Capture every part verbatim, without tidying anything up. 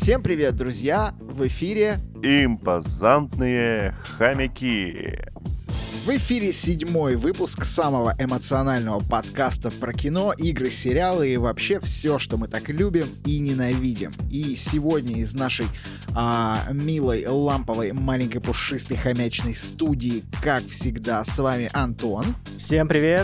Всем привет, друзья! В эфире Импозантные хомяки. В эфире седьмой выпуск самого эмоционального подкаста про кино, игры, сериалы и вообще все, что мы так любим и ненавидим. И сегодня из нашей а, милой, ламповой, маленькой, пушистой, хомячной студии, как всегда, с вами Антон. Всем привет!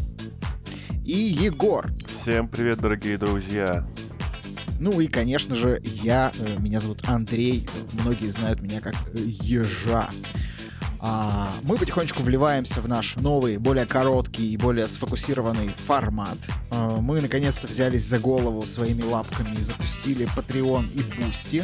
И Егор. Всем привет, дорогие друзья. Ну и, конечно же, я, меня зовут Андрей, многие знают меня как Ежа. А, мы потихонечку вливаемся в наш новый, более короткий и более сфокусированный формат. А, мы наконец-то взялись за голову своими лапками и запустили Patreon и Boosty.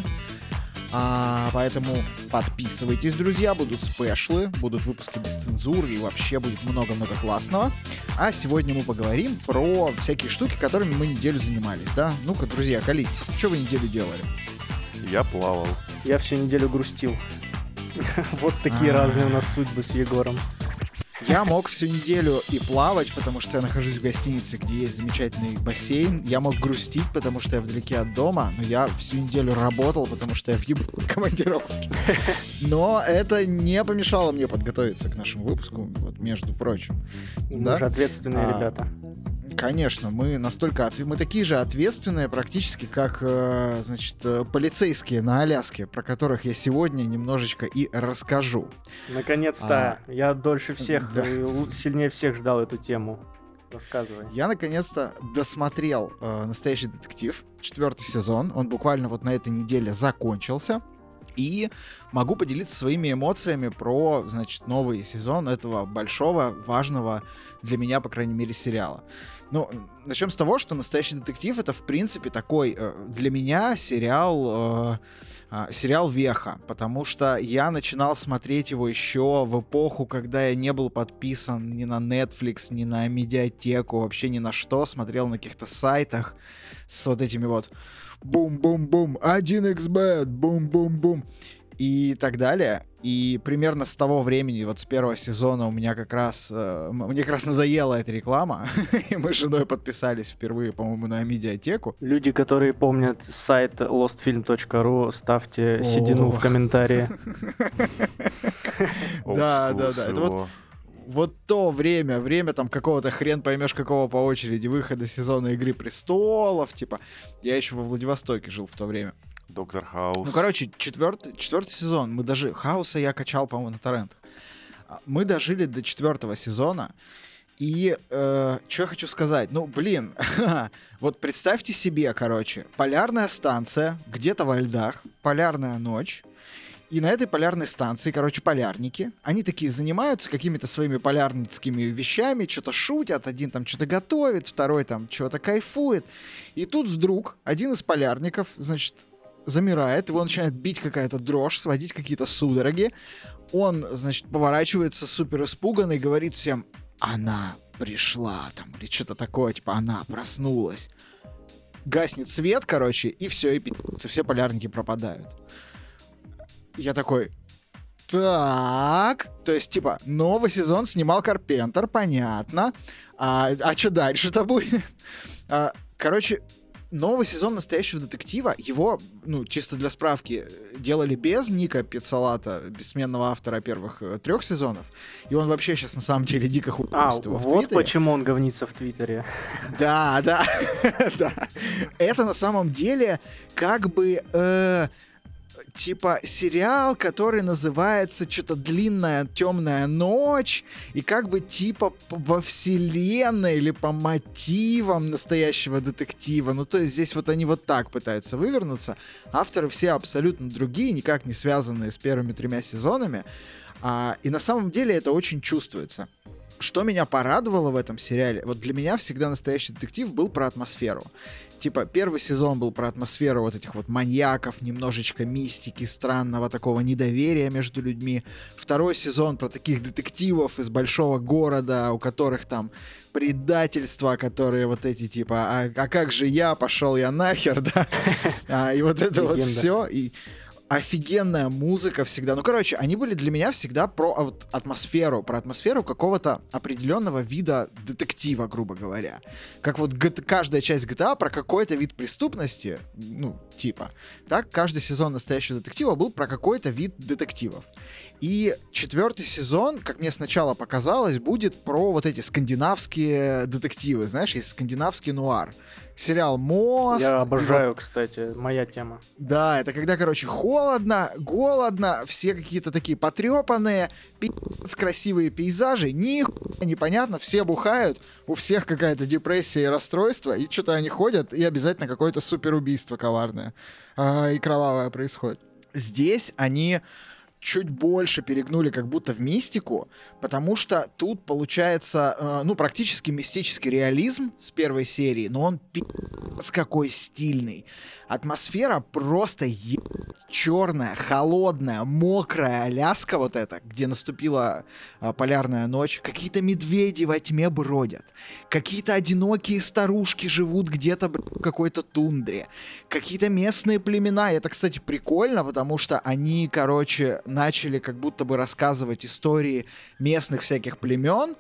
А, поэтому подписывайтесь, друзья, будут спешлы, будут выпуски без цензуры и вообще будет много-много классного. А сегодня мы поговорим про всякие штуки, которыми мы неделю занимались, да? Ну-ка, друзья, колитесь, что вы неделю делали? Я плавал. Я всю неделю грустил. Вот такие разные у нас судьбы с Егором. Я мог всю неделю и плавать, потому что я нахожусь в гостинице, где есть замечательный бассейн. Я мог грустить, потому что я вдалеке от дома. Но я всю неделю работал, потому что я в ебаной командировке. Но это не помешало мне подготовиться к нашему выпуску, вот, между прочим. Мы да? же ответственные а, ребята. Конечно, мы настолько отв... мы такие же ответственные практически, как, э, значит, полицейские на Аляске, про которых я сегодня немножечко и расскажу. Наконец-то! А, я дольше всех, да. сильнее всех ждал эту тему. Рассказывай. Я наконец-то досмотрел э, «Настоящий детектив», четвертый сезон. Он буквально вот на этой неделе закончился. И могу поделиться своими эмоциями про, значит, новый сезон этого большого, важного для меня, по крайней мере, сериала. Ну, начнем с того, что «Настоящий детектив» — это, в принципе, такой э, для меня сериал, э, э, сериал веха, потому что я начинал смотреть его еще в эпоху, когда я не был подписан ни на Netflix, ни на медиатеку, вообще ни на что, смотрел на каких-то сайтах с вот этими вот бум-бум-бум, один икс бет, бум-бум-бум и так далее. И примерно с того времени, вот с первого сезона у меня как раз, э, мне как раз надоела эта реклама, и мы с женой подписались впервые, по-моему, на медиатеку. Люди, которые помнят сайт лост фильм точка ру, ставьте седину в комментарии. Да, да, да. Это вот Вот то время, время там какого-то хрен поймешь какого по очереди выхода сезона «Игры престолов», типа, я еще во Владивостоке жил в то время. Доктор Хаус. Ну, короче, четвертый, четвертый сезон, мы даже, Хауса я качал, по-моему, на торрентах. Мы дожили до четвертого сезона, и э, что я хочу сказать, ну, блин, вот представьте себе, короче, полярная станция, где-то во льдах, полярная ночь, и на этой полярной станции, короче, полярники, они такие занимаются какими-то своими полярницкими вещами, что-то шутят, один там что-то готовит, второй там что-то кайфует. И тут вдруг один из полярников, значит, замирает, его начинает бить какая-то дрожь, сводить какие-то судороги. Он, значит, поворачивается супер испуганный и говорит всем: она пришла, там, или что-то такое, типа, она проснулась. Гаснет свет, короче, и все, и пи***цы, все полярники пропадают. Я такой, так, то есть, типа, новый сезон снимал Карпентер, понятно, а, а что дальше-то будет? а, короче, новый сезон «Настоящего детектива», его, ну, чисто для справки, делали без Ника Пиццалата, бессменного автора первых э, трех сезонов, и он вообще сейчас на самом деле дико хуй А, в вот Твиттере. почему он говнится в Твиттере. Да, да, да. Это на самом деле как бы... э, типа сериал, который называется что-то «Длинная темная ночь», и как бы типа во вселенной или по мотивам настоящего детектива. Ну, то есть здесь вот они вот так пытаются вывернуться. Авторы все абсолютно другие, никак не связанные с первыми тремя сезонами. А, и на самом деле это очень чувствуется. Что меня порадовало в этом сериале, вот для меня всегда «Настоящий детектив» был про атмосферу. Типа, первый сезон был про атмосферу вот этих вот маньяков, немножечко мистики, странного такого недоверия между людьми. Второй сезон про таких детективов из большого города, у которых там предательства, которые вот эти типа, а, а как же я, пошел я нахер, да? И вот это вот все. И офигенная музыка всегда. Ну, короче, они были для меня всегда про а, вот, атмосферу, про атмосферу какого-то определенного вида детектива, грубо говоря. Как вот G- каждая часть джи ти эй про какой-то вид преступности, ну, типа. Так, каждый сезон настоящего детектива был про какой-то вид детективов. И четвертый сезон, как мне сначала показалось, будет про вот эти скандинавские детективы. Знаешь, есть скандинавский нуар. Сериал «Мост». Я обожаю, кстати, моя тема. Да, это когда, короче, холодно, голодно, все какие-то такие потрепанные, пи***ц красивые пейзажи, нихуя непонятно, все бухают, у всех какая-то депрессия и расстройство, и что-то они ходят, и обязательно какое-то суперубийство коварное а, и кровавое происходит. Здесь они чуть больше перегнули как будто в мистику, потому что тут получается, э, ну, практически мистический реализм с первой серии, но он пи***ц какой стильный. Атмосфера просто е... черная, холодная, мокрая Аляска вот эта, где наступила э, полярная ночь. Какие-то медведи во тьме бродят. Какие-то одинокие старушки живут где-то в какой-то тундре. Какие-то местные племена. И это, кстати, прикольно, потому что они, короче, начали как будто бы рассказывать истории местных всяких племен,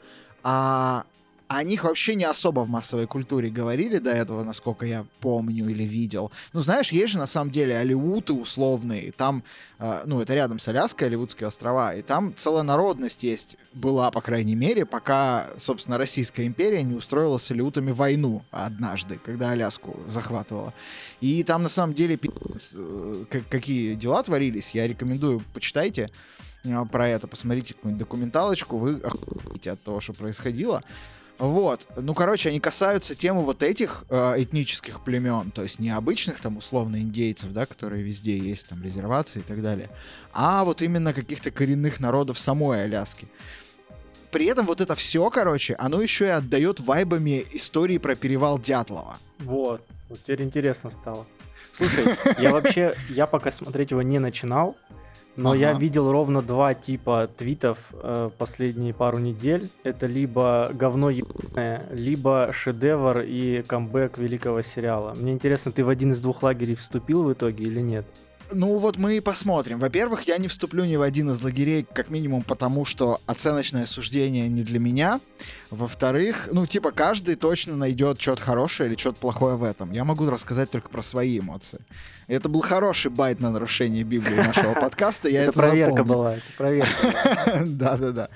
а о них вообще не особо в массовой культуре говорили до этого, насколько я помню или видел. Ну, знаешь, есть же на самом деле Алеуты условные, там, э, ну, это рядом с Аляской, Алеутские острова, и там целая народность есть, была, по крайней мере, пока, собственно, Российская империя не устроила с алеутами войну однажды, когда Аляску захватывала. И там, на самом деле, пи***ц, э, какие дела творились, я рекомендую, почитайте э, про это, посмотрите какую-нибудь документалочку, вы охуеете от того, что происходило. Вот, ну, короче, они касаются темы вот этих э, этнических племен, то есть не обычных там условно индейцев, да, которые везде есть, там резервации и так далее, а вот именно каких-то коренных народов самой Аляски. При этом вот это все, короче, оно еще и отдает вайбами истории про перевал Дятлова. Вот, вот теперь интересно стало. Слушай, я вообще, я пока смотреть его не начинал, но Ага. я видел ровно два типа твитов э, последние пару недель. Это либо говно ебаное, либо шедевр и камбэк великого сериала. Мне интересно, ты в один из двух лагерей вступил в итоге или нет? Ну вот мы и посмотрим. Во-первых, я не вступлю ни в один из лагерей, как минимум потому, что оценочное суждение не для меня. Во-вторых, ну типа каждый точно найдет что-то хорошее или что-то плохое в этом. Я могу рассказать только про свои эмоции. И это был хороший байт на нарушение Библии нашего подкаста. Я Это это проверка запомню. была, это проверка. Да-да-да.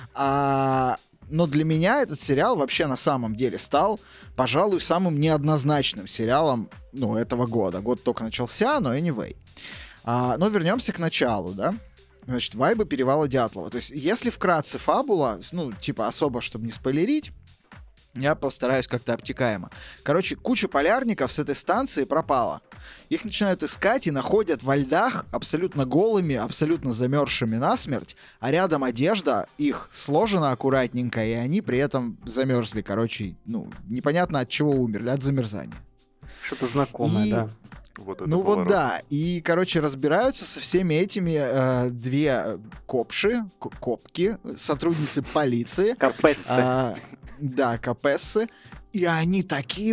А, но для меня этот сериал вообще на самом деле стал, пожалуй, самым неоднозначным сериалом, ну, этого года. Год только начался, но anyway. А, но вернемся к началу, да? Значит, вайбы перевала Дятлова. То есть, если вкратце фабула, ну, типа особо, чтобы не спойлерить, я постараюсь как-то обтекаемо. Короче, куча полярников с этой станции пропала. Их начинают искать и находят во льдах абсолютно голыми, абсолютно замерзшими насмерть, а рядом одежда их сложена аккуратненько, и они при этом замерзли. Короче, ну, непонятно от чего умерли, от замерзания. Что-то знакомое, И- да. Вот это Ну поворот. вот да, и, короче, разбираются со всеми этими э, две копши, к- копки, сотрудницы полиции, Капессы. а, да, капессы, и они такие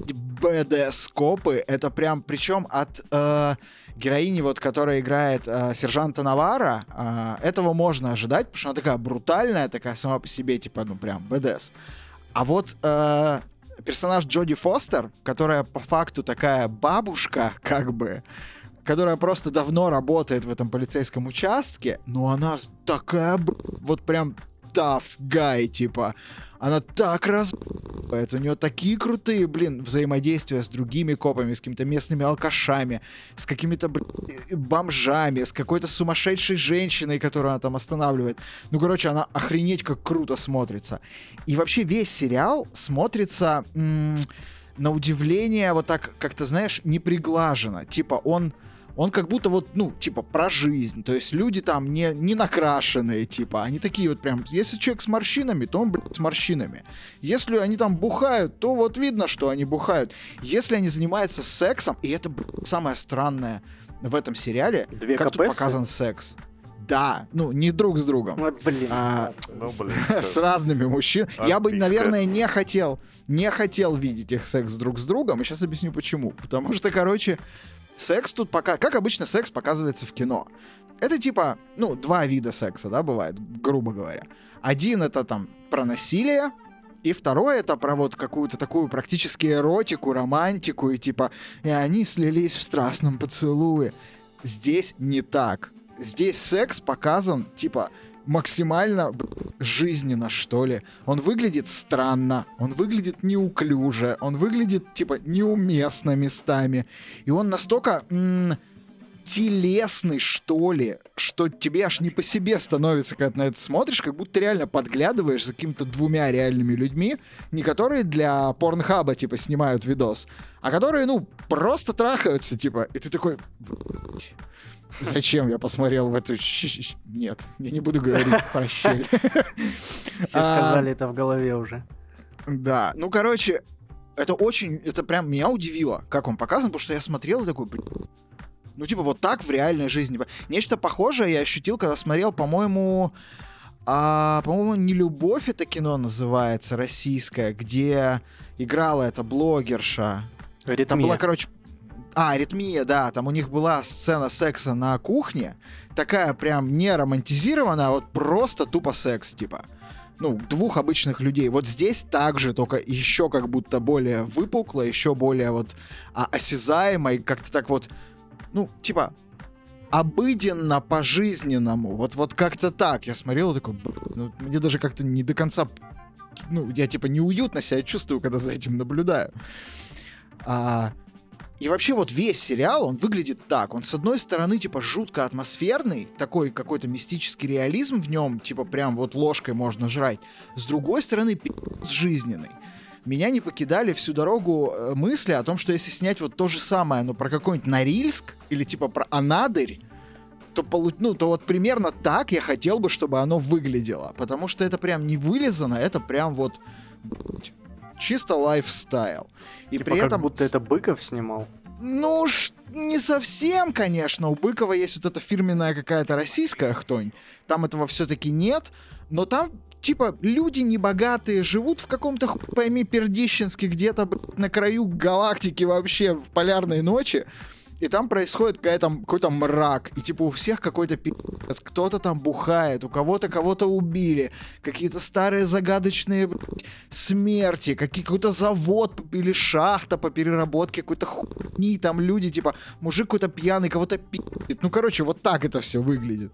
бэдэс-копы, это прям, причем от э, героини, вот, которая играет э, сержанта Навара, э, этого можно ожидать, потому что она такая брутальная, такая сама по себе, типа, ну прям бэдэс. А вот э, персонаж Джоди Фостер, которая по факту такая бабушка, как бы, которая просто давно работает в этом полицейском участке, но она с- такая, б- вот прям tough guy, типа. Она так раз***ает, у нее такие крутые, блин, взаимодействия с другими копами, с какими-то местными алкашами, с какими-то б- бомжами, с какой-то сумасшедшей женщиной, которую она там останавливает. Ну, короче, она охренеть как круто смотрится. И вообще весь сериал смотрится м- на удивление вот так, как-то, знаешь, неприглаженно. Типа он... Он как будто вот, ну, типа, про жизнь. То есть люди там не, не накрашенные, типа. Они такие вот прям... Если человек с морщинами, то он, блядь, с морщинами. Если они там бухают, то вот видно, что они бухают. Если они занимаются сексом, и это, блядь, самое странное в этом сериале, Две как тут капессы? показан секс. Да, ну, не друг с другом. Вот, блин. А, Ну, блин, с всё. разными мужчинами. Я бы, Отписка. наверное, не хотел, не хотел видеть их секс друг с другом. И сейчас объясню почему. Потому что, короче, секс тут пока... Как обычно секс показывается в кино? Это типа, ну, два вида секса, да, бывает, грубо говоря. Один — это там про насилие, и второе — это про вот какую-то такую практически эротику, романтику, и типа, и они слились в страстном поцелуе. Здесь не так. Здесь секс показан, типа, максимально жизненно, что ли. Он выглядит странно, он выглядит неуклюже, он выглядит, типа, неуместно местами. И он настолько м- телесный, что ли, что тебе аж не по себе становится, когда ты на это смотришь, как будто ты реально подглядываешь за какими-то двумя реальными людьми, не которые для порнхаба, типа, снимают видос, а которые, ну, просто трахаются, типа, и ты такой... Зачем я посмотрел в эту... Нет, я не буду говорить про щель. Все сказали это в голове уже. Да, ну, короче, это очень... Это прям меня удивило, как он показан, потому что я смотрел и такой... Ну, типа, вот так в реальной жизни. Нечто похожее я ощутил, когда смотрел, по-моему... А, по-моему, «Не любовь» это кино называется, российское, где играла эта блогерша. Аритмия. Там была, короче... А, «Аритмия», да, там у них была сцена секса на кухне, такая прям не романтизированная, а вот просто тупо секс, типа. Ну, двух обычных людей. Вот здесь также, только еще как будто более выпукло, еще более вот а, осязаемо, и как-то так вот, ну, типа, обыденно, по-жизненному. Вот, вот как-то так. Я смотрел и такой, ну, мне даже как-то не до конца, ну, я типа неуютно себя чувствую, когда за этим наблюдаю. А... И вообще вот весь сериал, он выглядит так. Он, с одной стороны, типа, жутко атмосферный, такой какой-то мистический реализм в нем, типа, прям вот ложкой можно жрать. С другой стороны, пи***ц жизненный. Меня не покидали всю дорогу э, мысли о том, что если снять вот то же самое, но про какой-нибудь Норильск или, типа, про Анадырь, то, полу... ну, то вот примерно так я хотел бы, чтобы оно выглядело. Потому что это прям не вылизано, это прям вот... чисто лайфстайл. И типа при как этом... будто это Быков снимал. Ну, ш... не совсем, конечно. У Быкова есть вот эта фирменная какая-то российская хтонь. Там этого все-таки нет. Но там, типа, люди небогатые живут в каком-то, хуй пойми, Пердищенске, где-то на краю галактики вообще в полярной ночи. И там происходит какая-то, какой-то мрак. И типа у всех какой-то пи***ц. Кто-то там бухает, у кого-то кого-то убили. Какие-то старые загадочные, блядь, смерти. Какие- какой-то завод или шахта по переработке какой-то хуйни. Там люди, типа, мужик какой-то пьяный, кого-то пи***т. Ну, короче, вот так это все выглядит.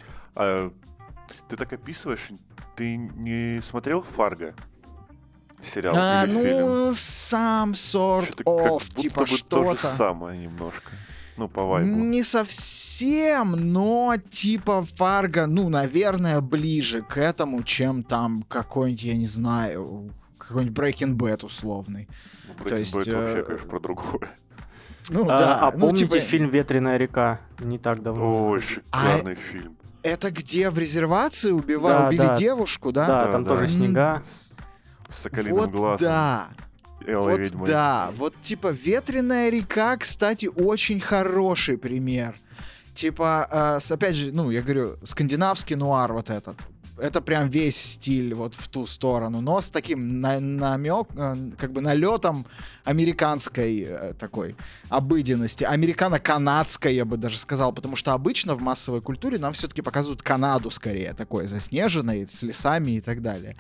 А, ты так описываешь, ты не смотрел «Фарго»? Сериал А, или ну, фильм? сам sort Что-то of, как будто типа бы то что-то. же самое немножко. Ну, по вайбу. Не совсем, но типа Фарго, ну, наверное, ближе к этому, чем там какой-нибудь, я не знаю, какой-нибудь Breaking Bad условный. Ну, то Breaking есть, Bad вообще, э, конечно, про другое. Ну, а, да. а ну, помните типа, фильм «Ветреная река»? Не так давно. Ой, выходил. шикарный фильм. это где в резервации убивали, Да, убили да. девушку, да? Да, Да, там да. тоже М, снега. С соколиным Вот глазом. да. Элой Вот ведьмой. да, вот типа «Ветреная река», кстати, очень хороший пример. Типа, э, с- опять же, ну, я говорю, скандинавский нуар вот этот. Это прям весь стиль вот в ту сторону, но с таким на- намек, э, как бы налетом американской э, такой обыденности, американо-канадской, я бы даже сказал, потому что обычно в массовой культуре нам все-таки показывают Канаду скорее, такой заснеженной, с лесами и так далее.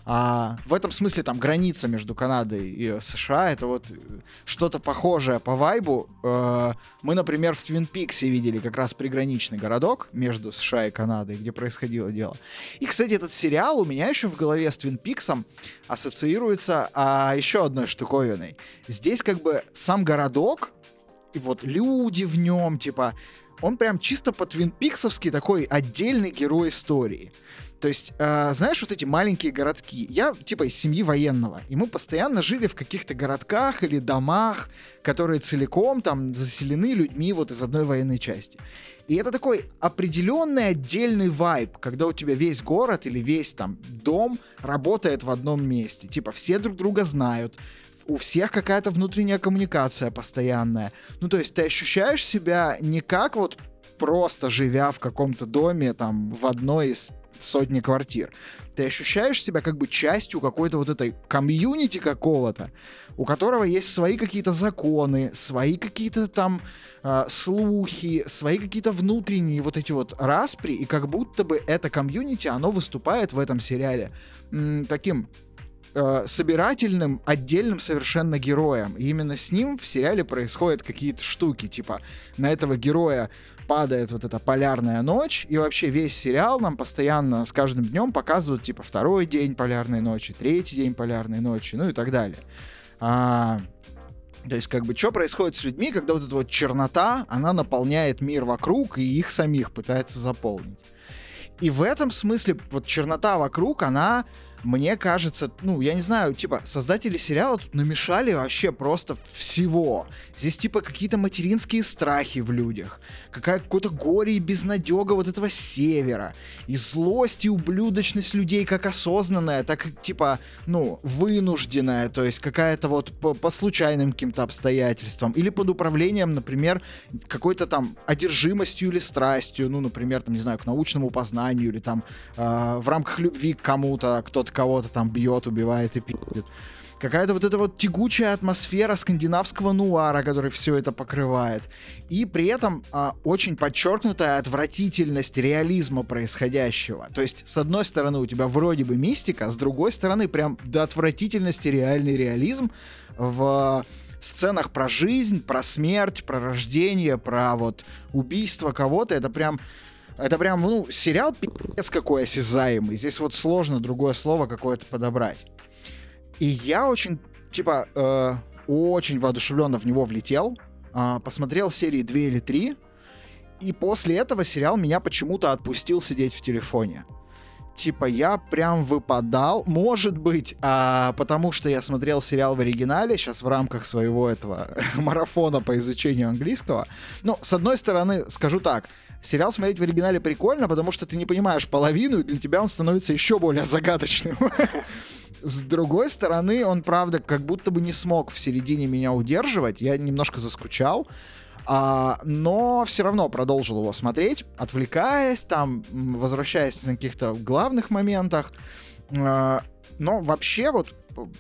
А в этом смысле там граница между Канадой и США, это вот э, что-то похожее по вайбу. Э, Мы, например, в Твин Пиксе видели как раз приграничный городок между США и Канадой, где происходило дело. И, кстати, этот сериал у меня еще в голове с Твин Пиксом ассоциируется а, еще одной штуковиной. Здесь как бы сам городок, и вот люди в нем, типа, он прям чисто по-твин пиксовски такой отдельный герой истории. То есть, э, знаешь, вот эти маленькие городки. Я, типа, из семьи военного, и мы постоянно жили в каких-то городках или домах, которые целиком там заселены людьми вот из одной военной части. И это такой определенный отдельный вайб, когда у тебя весь город или весь там дом работает в одном месте. Типа, все друг друга знают, у всех какая-то внутренняя коммуникация постоянная. Ну, то есть ты ощущаешь себя не как вот просто живя в каком-то доме, там, в одной из сотни квартир. Ты ощущаешь себя как бы частью какой-то вот этой комьюнити какого-то, у которого есть свои какие-то законы, свои какие-то там э, слухи, свои какие-то внутренние вот эти вот распри, и как будто бы это комьюнити, оно выступает в этом сериале м, таким э, собирательным, отдельным совершенно героем. И именно с ним в сериале происходят какие-то штуки, типа на этого героя падает вот эта полярная ночь, и вообще весь сериал нам постоянно с каждым днем показывают, типа, второй день полярной ночи, третий день полярной ночи, ну и так далее. А, то есть, как бы, что происходит с людьми, когда вот эта вот чернота, она наполняет мир вокруг и их самих пытается заполнить. И в этом смысле вот чернота вокруг, она, мне кажется, ну, я не знаю, типа, создатели сериала тут намешали вообще просто всего. Здесь, типа, какие-то материнские страхи в людях, какая, какое-то горе и безнадега вот этого севера, и злость и ублюдочность людей как осознанная, так и, типа, ну, вынужденная, то есть какая-то вот по, по случайным каким-то обстоятельствам, или под управлением, например, какой-то там одержимостью или страстью, ну, например, там, не знаю, к научному познанию, или там э, в рамках любви к кому-то, кто-то кого-то там бьет, убивает и пи***ет. Какая-то вот эта вот тягучая атмосфера скандинавского нуара, который все это покрывает. И при этом а, очень подчеркнутая отвратительность реализма происходящего. То есть, с одной стороны, у тебя вроде бы мистика, а с другой стороны, прям до отвратительности реальный реализм в сценах про жизнь, про смерть, про рождение, про вот убийство кого-то. Это прям... Это прям, ну, сериал пи***ц какой осязаемый. Здесь вот сложно другое слово какое-то подобрать. И я очень, типа, э, очень воодушевленно в него влетел. Э, посмотрел серии две или три. И после этого сериал меня почему-то отпустил сидеть в телефоне. Типа, я прям выпадал. Может быть, а, потому что я смотрел сериал в оригинале, сейчас в рамках своего этого марафона по изучению английского. Ну, с одной стороны, скажу так. Сериал смотреть в оригинале прикольно, потому что ты не понимаешь половину, и для тебя он становится еще более загадочным. С другой стороны, он, правда, как будто бы не смог в середине меня удерживать. Я немножко заскучал. А, но все равно продолжил его смотреть, отвлекаясь, там, возвращаясь на каких-то главных моментах. А, но вообще, вот,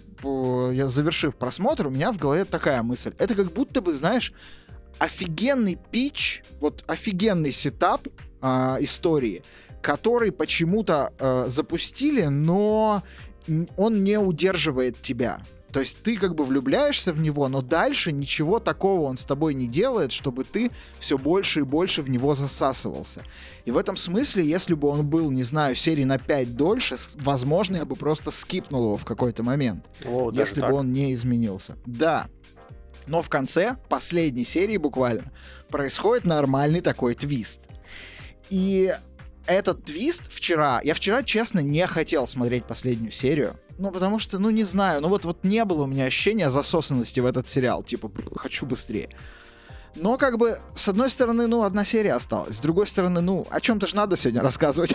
я завершив просмотр, у меня в голове такая мысль. Это как будто бы, знаешь, офигенный питч, вот офигенный сетап а, истории, который почему-то а, запустили, но он не удерживает тебя. То есть ты как бы влюбляешься в него, но дальше ничего такого он с тобой не делает, чтобы ты все больше и больше в него засасывался. И в этом смысле, если бы он был, не знаю, серии на пять дольше, возможно, я бы просто скипнул его в какой-то момент. О, если бы он не изменился. Да. Но в конце, последней серии буквально, происходит нормальный такой твист. И этот твист вчера... Я вчера, честно, не хотел смотреть последнюю серию. Ну, потому что, ну, не знаю, ну вот, вот не было у меня ощущения засосанности в этот сериал. Типа, хочу быстрее. Но, как бы, с одной стороны, ну, одна серия осталась. С другой стороны, ну, о чем-то же надо сегодня рассказывать.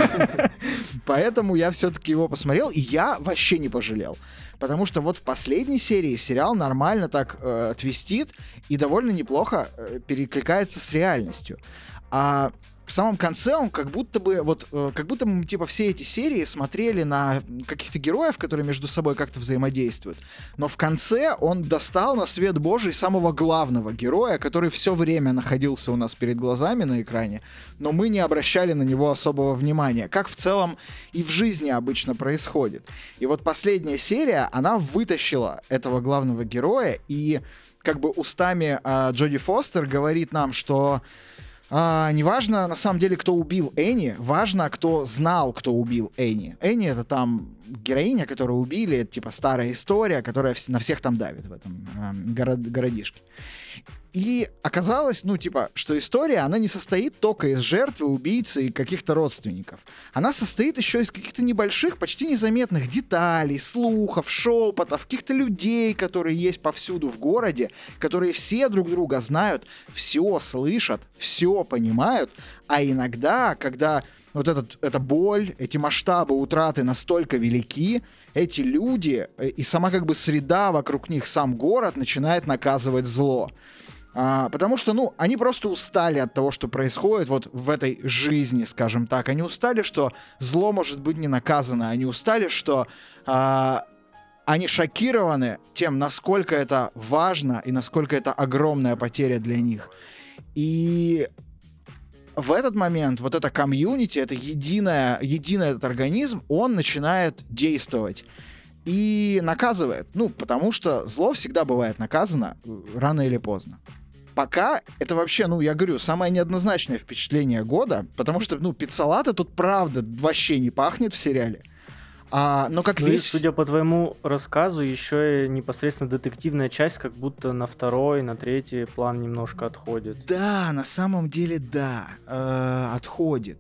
Поэтому я все-таки его посмотрел, и я вообще не пожалел. Потому что вот в последней серии сериал нормально так э, твистит и довольно неплохо э, перекликается с реальностью. А в самом конце он как будто бы вот э, как будто мы типа все эти серии смотрели на каких-то героев, которые между собой как-то взаимодействуют. Но в конце он достал на свет Божий самого главного героя, который все время находился у нас перед глазами на экране, но мы не обращали на него особого внимания, как в целом и в жизни обычно происходит. И вот последняя серия, она вытащила этого главного героя, и как бы устами э, Джоди Фостер говорит нам, что А, не важно, на самом деле, кто убил Энни, важно, кто знал, кто убил Энни. Энни — это там героиня, которую убили, это типа старая история, которая вс- на всех там давит в этом э, город- городишке. И оказалось, ну, типа, что история, она не состоит только из жертвы, убийцы и каких-то родственников. Она состоит еще из каких-то небольших, почти незаметных деталей, слухов, шепотов, каких-то людей, которые есть повсюду в городе, которые все друг друга знают, все слышат, все понимают, а иногда, когда вот этот, эта боль, эти масштабы утраты настолько велики, эти люди и сама как бы среда вокруг них, сам город начинает наказывать зло. А, потому что, ну, они просто устали от того, что происходит вот в этой жизни, скажем так. Они устали, что зло может быть не наказано. Они устали, что а, они шокированы тем, насколько это важно и насколько это огромная потеря для них. И в этот момент вот это комьюнити, это единое, единый этот организм, он начинает действовать. И наказывает. Ну, потому что зло всегда бывает наказано рано или поздно. Пока это вообще, ну, я говорю, самое неоднозначное впечатление года, потому что, ну, пиццалата тут правда вообще не пахнет в сериале. А, но как ну весь... и, судя по твоему рассказу, еще и непосредственно детективная часть как будто на второй, на третий план немножко отходит. Да, на самом деле, да, э, отходит.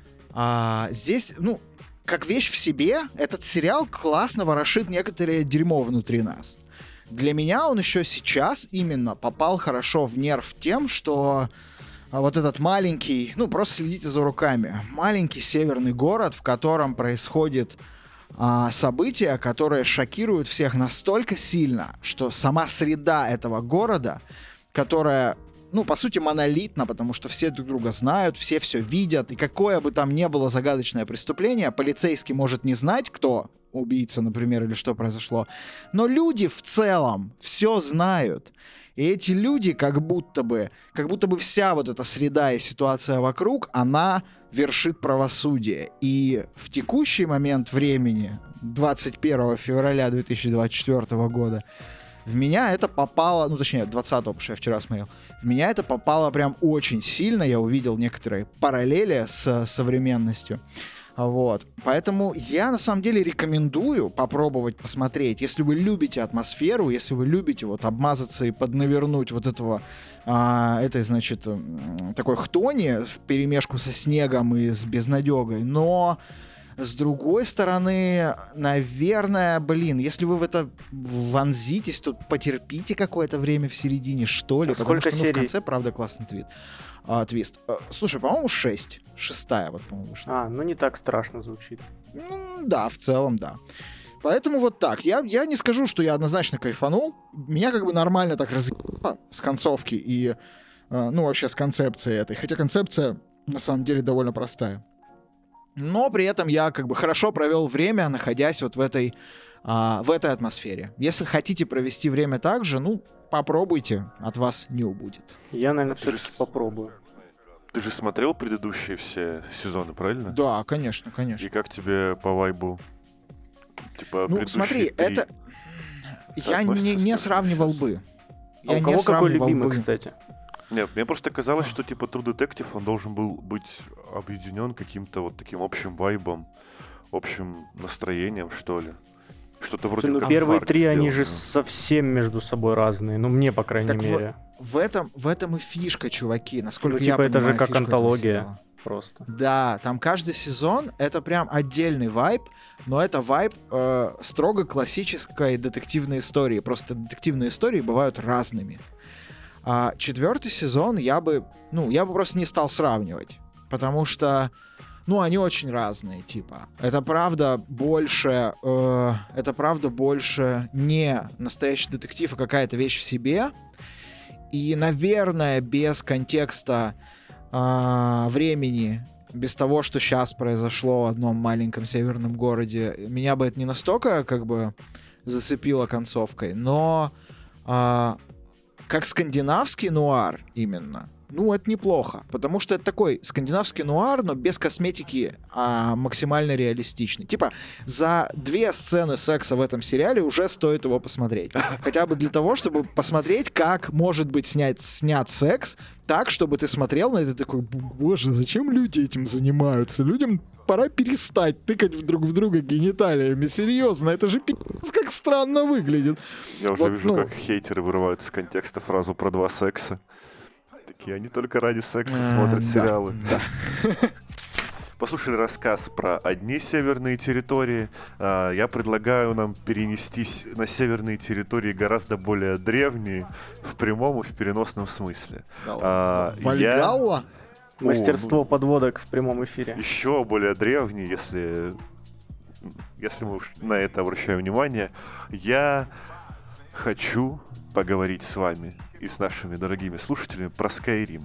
А, здесь, ну, как вещь в себе, этот сериал классно ворошит некоторое дерьмо внутри нас. Для меня он еще сейчас именно попал хорошо в нерв тем, что вот этот маленький, ну просто следите за руками, маленький северный город, в котором происходит а, события, которые шокируют всех настолько сильно, что сама среда этого города, которая, ну, по сути, монолитна, потому что все друг друга знают, все все видят, и какое бы там ни было загадочное преступление, полицейский может не знать, кто убийца, например, или что произошло, но люди в целом все знают. И эти люди как будто бы, как будто бы вся вот эта среда и ситуация вокруг, она вершит правосудие. И в текущий момент времени, двадцать первого февраля две тысячи двадцать четвёртого года, в меня это попало, ну точнее двадцатого, потому что я вчера смотрел, в меня это попало прям очень сильно, я увидел некоторые параллели с современностью. Вот. Поэтому я на самом деле рекомендую попробовать посмотреть. Если вы любите атмосферу, если вы любите вот обмазаться и поднавернуть вот этого, а, этой, значит, такой хтони вперемешку со снегом и с безнадегой. Но с другой стороны, наверное, блин, если вы в это вонзитесь, то потерпите какое-то время в середине, что ли. А потому сколько что, ну, серий? в конце, правда, классный твит. А, твист. А, слушай, по-моему, шесть. Шестая, вот, по-моему, вышла. А, ну не так страшно звучит. Ну, да, в целом, да. Поэтому вот так. Я, я не скажу, что я однозначно кайфанул. Меня как бы нормально так разъебало с концовки и, э, ну, вообще с концепцией этой. Хотя концепция, на самом деле, довольно простая. Но при этом я как бы хорошо провел время, находясь вот в этой, а, в этой атмосфере. Если хотите провести время так же, ну, попробуйте, от вас не убудет. Я, наверное, Ты же все-таки с- попробую. Ты же смотрел предыдущие все сезоны, правильно? Да, конечно, И конечно. как тебе по вайбу? Типа, Ну, предыдущие смотри, три это... Я соотносятся не, с не тем, что сравнивал сейчас? бы. А Я у не кого какой сравнивал любимый, бы. кстати? Нет, мне просто казалось, что типа True Detective, он должен был быть объединен каким-то вот таким общим вайбом, общим настроением, что ли. Что-то вроде Ну, как первые Fargo три, они же сделано. совсем между собой разные. Ну, мне, по крайней Так вот, мере. В этом, в этом и фишка, чуваки, насколько Ну, я типа, это же понимаю, как фишку этого антология. сериала. Просто. Да, там каждый сезон это прям отдельный вайб, но это вайб э, строго классической детективной истории. Просто детективные истории бывают разными. А четвертый сезон я бы, ну, я бы просто не стал сравнивать, потому что, ну, они очень разные, типа. Это правда больше, э, это правда больше не настоящий детектив, а какая-то вещь в себе. И, наверное, без контекста а, времени, без того, что сейчас произошло в одном маленьком северном городе, меня бы это не настолько как бы зацепило концовкой, но а, как скандинавский нуар именно, ну, это неплохо, потому что это такой скандинавский нуар, но без косметики, а максимально реалистичный. Типа, за две сцены секса в этом сериале уже стоит его посмотреть. Хотя бы для того, чтобы посмотреть, как может быть снять, снят секс так, чтобы ты смотрел на это такой, боже, зачем люди этим занимаются? Людям пора перестать тыкать в друг в друга гениталиями. Серьезно, это же пи***ц как странно выглядит. Я уже Вот, вижу, ну. как хейтеры вырывают из контекста фразу про два секса. Такие, они только ради секса смотрят А, да, сериалы. да. Послушали рассказ про одни северные территории. А, Я предлагаю нам перенестись на северные территории гораздо более древние, в прямом и в переносном смысле. Да А, ладно. Вальгалла? О, Мастерство ну, подводок в прямом эфире. еще более древние, если, если мы уж на это обращаем внимание. Я хочу поговорить с вами и с нашими дорогими слушателями про Skyrim.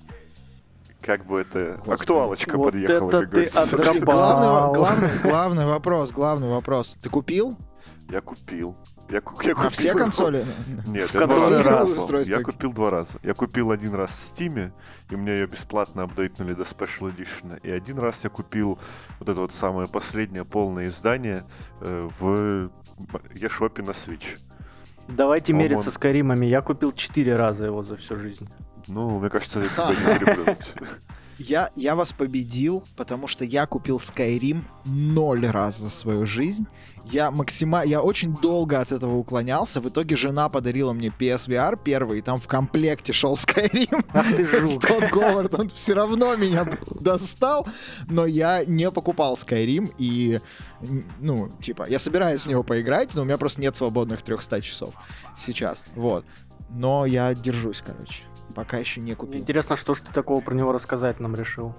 Как бы это... Господи. Актуалочка Вот подъехала, это как ты говорится. Подожди, Откопал. главный, главный, главный вопрос, главный вопрос. Ты купил? Я купил. Я, ку- я На купил все его. консоли? Нет, В я два который раза раз? купил. Устройство. Я купил два раза. Я купил один раз в Steam, и мне ее бесплатно апдейтнули до Special Edition. И один раз я купил вот это вот самое последнее полное издание э, в eShop на Switch. Давайте По-моему, мериться он- с Каримами. Я купил четыре раза его за всю жизнь. Ну, мне кажется, это тебя не переплюнуть. Я, я вас победил, потому что я купил Skyrim ноль раз за свою жизнь. Я максима... я очень долго от этого уклонялся. В итоге жена подарила мне пи эс ви ар первый, и там в комплекте шел Skyrim. Ах ты жук. Скотт Говард, он все равно меня достал, но я не покупал Skyrim, и, ну, типа, я собираюсь в него поиграть, но у меня просто нет свободных трехсот часов сейчас, вот. Но я держусь, короче. Пока еще не Мне купил. интересно, что ж ты такого про него рассказать нам решил.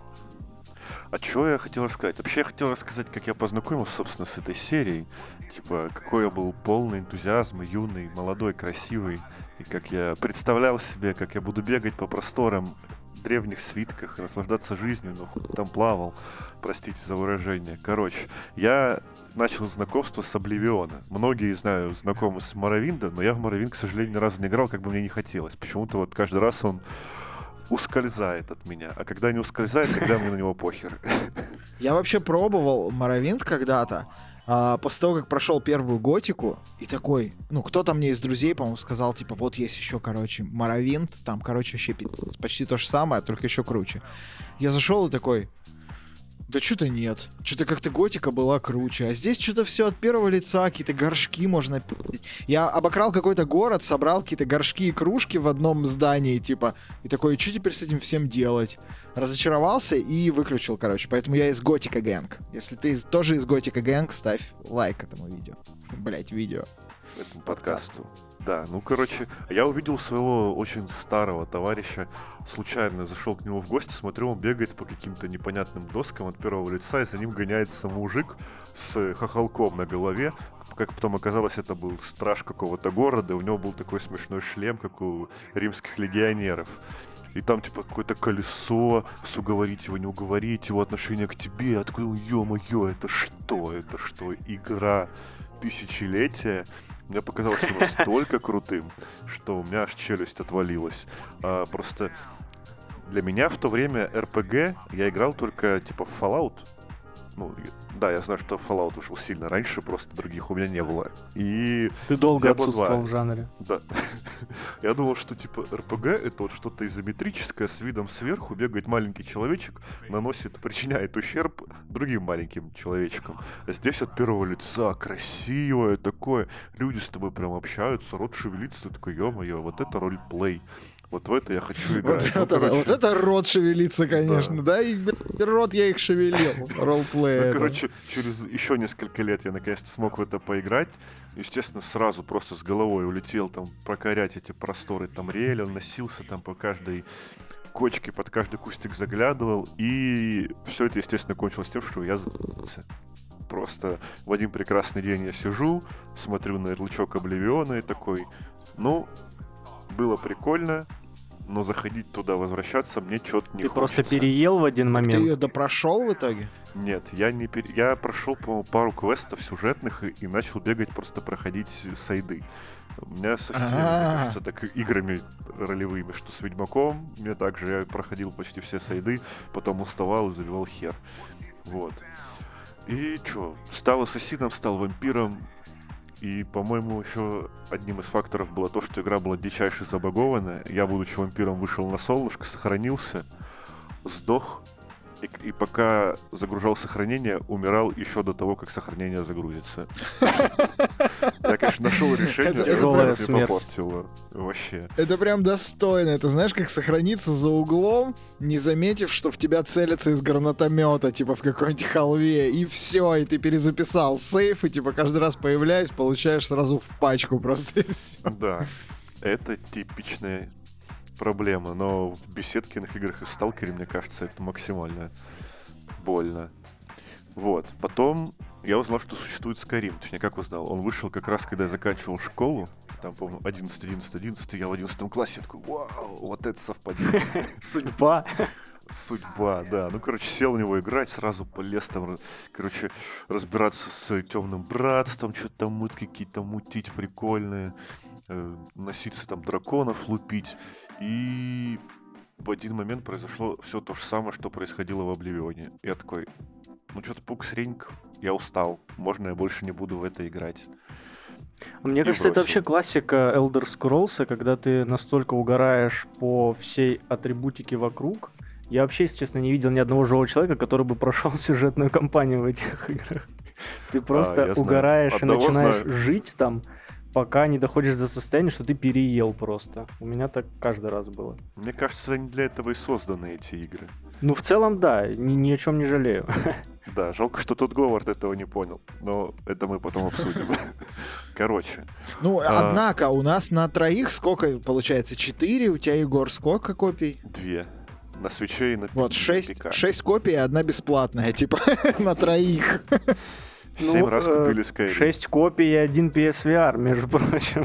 А что я хотел рассказать? Вообще я хотел рассказать, как я познакомился, собственно, с этой серией. Типа, какой я был полный энтузиазма, юный, молодой, красивый. И как я представлял себе, как я буду бегать по просторам древних свитках, наслаждаться жизнью, но хуй там плавал. Простите за выражение. Короче, я начал знакомство с Обливиона. Многие, знаю, знакомы с Моровинда, но я в Моровинд, к сожалению, ни разу не играл, как бы мне не хотелось. Почему-то вот каждый раз он ускользает от меня. А когда не ускользает, тогда мне на него похер. Я вообще пробовал Моровинд когда-то, а, после того, как прошел первую готику, и такой, ну, кто-то мне из друзей, по-моему, сказал, типа, вот есть еще, короче, Моровинд, там, короче, вообще пи***ц, почти то же самое, только еще круче. Я зашел и такой, да что-то нет, что-то как-то готика была круче, а здесь что-то все от первого лица, какие-то горшки можно пи***ть. Я обокрал какой-то город, собрал какие-то горшки и кружки в одном здании, типа, и такой, что теперь с этим всем делать? Разочаровался и выключил, короче, поэтому я из Готика Гэнг. Если ты из- тоже из Готика Гэнг, ставь лайк этому видео. Блять, видео. Этому подкасту. Да, ну, короче, я увидел своего очень старого товарища, случайно зашел к нему в гости, смотрю, он бегает по каким-то непонятным доскам от первого лица, и за ним гоняется мужик с хохолком на голове. Как потом оказалось, это был страж какого-то города, у него был такой смешной шлем, как у римских легионеров. И там, типа, какое-то колесо с уговорить его, не уговорить, его отношение к тебе. Я такой, ё-моё, это что? Это что, игра тысячелетия? Мне показалось его настолько крутым, что у меня аж челюсть отвалилась. А, просто для меня в то время эр пи джи я играл только, типа, в Fallout. Ну, да, я знаю, что Fallout вышел сильно раньше, просто других у меня не было. И Ты долго Diablo отсутствовал два. в жанре. Да. Я думал, что типа эр пи джи это вот что-то изометрическое с видом сверху, бегает маленький человечек, наносит, причиняет ущерб другим маленьким человечкам. А здесь от первого лица красивое такое, люди с тобой прям общаются, рот шевелится, ты такой, ё-моё, вот это ролеплей. Вот в это я хочу Вот играть. Ну, это, короче, вот это рот шевелится, конечно, да, и блядь, рот я их шевелил, ролплей. Ну, это. короче, через еще несколько лет я наконец-то смог в это поиграть. Естественно, сразу просто с головой улетел там прокорять эти просторы там Риэля, носился там по каждой кочке, под каждый кустик заглядывал. И все это, естественно, кончилось тем, что я за***ся. Просто в один прекрасный день я сижу, смотрю на ярлычок Обливиона и такой, ну, было прикольно, но заходить туда, возвращаться мне что-то не Ты хочется. просто переел в один Ты ее момент. допрошел в итоге? Нет, я не пер... я прошел, по-моему, пару квестов сюжетных и, и начал бегать, просто проходить сайды. У меня со всеми, мне А-а-а. кажется, так играми ролевыми, что с Ведьмаком, мне также я проходил почти все сайды, потом уставал и заливал хер. Вот. И чё, стал ассасином, стал вампиром. И, по-моему, еще одним из факторов было то, что игра была дичайше забагована. Я, будучи вампиром, вышел на солнышко, сохранился, сдох. И, и пока загружал сохранение, умирал еще до того, как сохранение загрузится. Я, конечно, нашел решение, Это- но это мне смерть. попортило. Вообще. Это прям достойно. Это знаешь, как сохраниться за углом, не заметив, что в тебя целятся из гранатомета, типа в какой-нибудь халве, и все, и ты перезаписал сейф, и типа каждый раз появляясь, получаешь сразу в пачку просто и все. Да, это типичная проблема, но в беседкиных играх и в Сталкере, мне кажется, это максимально больно. Вот. Потом я узнал, что существует Skyrim. Точнее, как узнал? Он вышел как раз, когда я заканчивал школу. Там, по-моему, одиннадцать, одиннадцать, одиннадцать. Я в одиннадцатом классе такой, вау, вот это совпадение. Судьба. Судьба, да. Ну, короче, сел в него играть, сразу полез там, короче, разбираться с Темным Братством, что-то там мут какие-то мутить прикольные, э, носиться там драконов лупить. И в один момент произошло все то же самое, что происходило в Обливионе. Я такой, ну что-то пукс-ринг, я устал, можно я больше не буду в это играть. Мне И кажется, это бросил. вообще классика Elder Scrolls, когда ты настолько угораешь по всей атрибутике вокруг. Я вообще, если честно, не видел ни одного живого человека, который бы прошел сюжетную кампанию в этих играх. Ты просто я знаю. угораешь и Одного начинаешь знаю. жить там, пока не доходишь до состояния, что ты переел просто. У меня так каждый раз было. Мне кажется, они для этого и созданы, эти игры. Ну, в целом, да, ни, ни о чем не жалею. Да, жалко, что тот Говард этого не понял. Но это мы потом обсудим. Короче. Ну, А. однако, у нас на троих сколько, получается, четыре, у тебя, Егор, сколько копий? Две. На свече и на Вот, на шесть, ПК. шесть копий и одна бесплатная, типа, на троих. Семь Ну, раз э, купили Skyrim. Шесть копий и один пи эс ви ар, между прочим.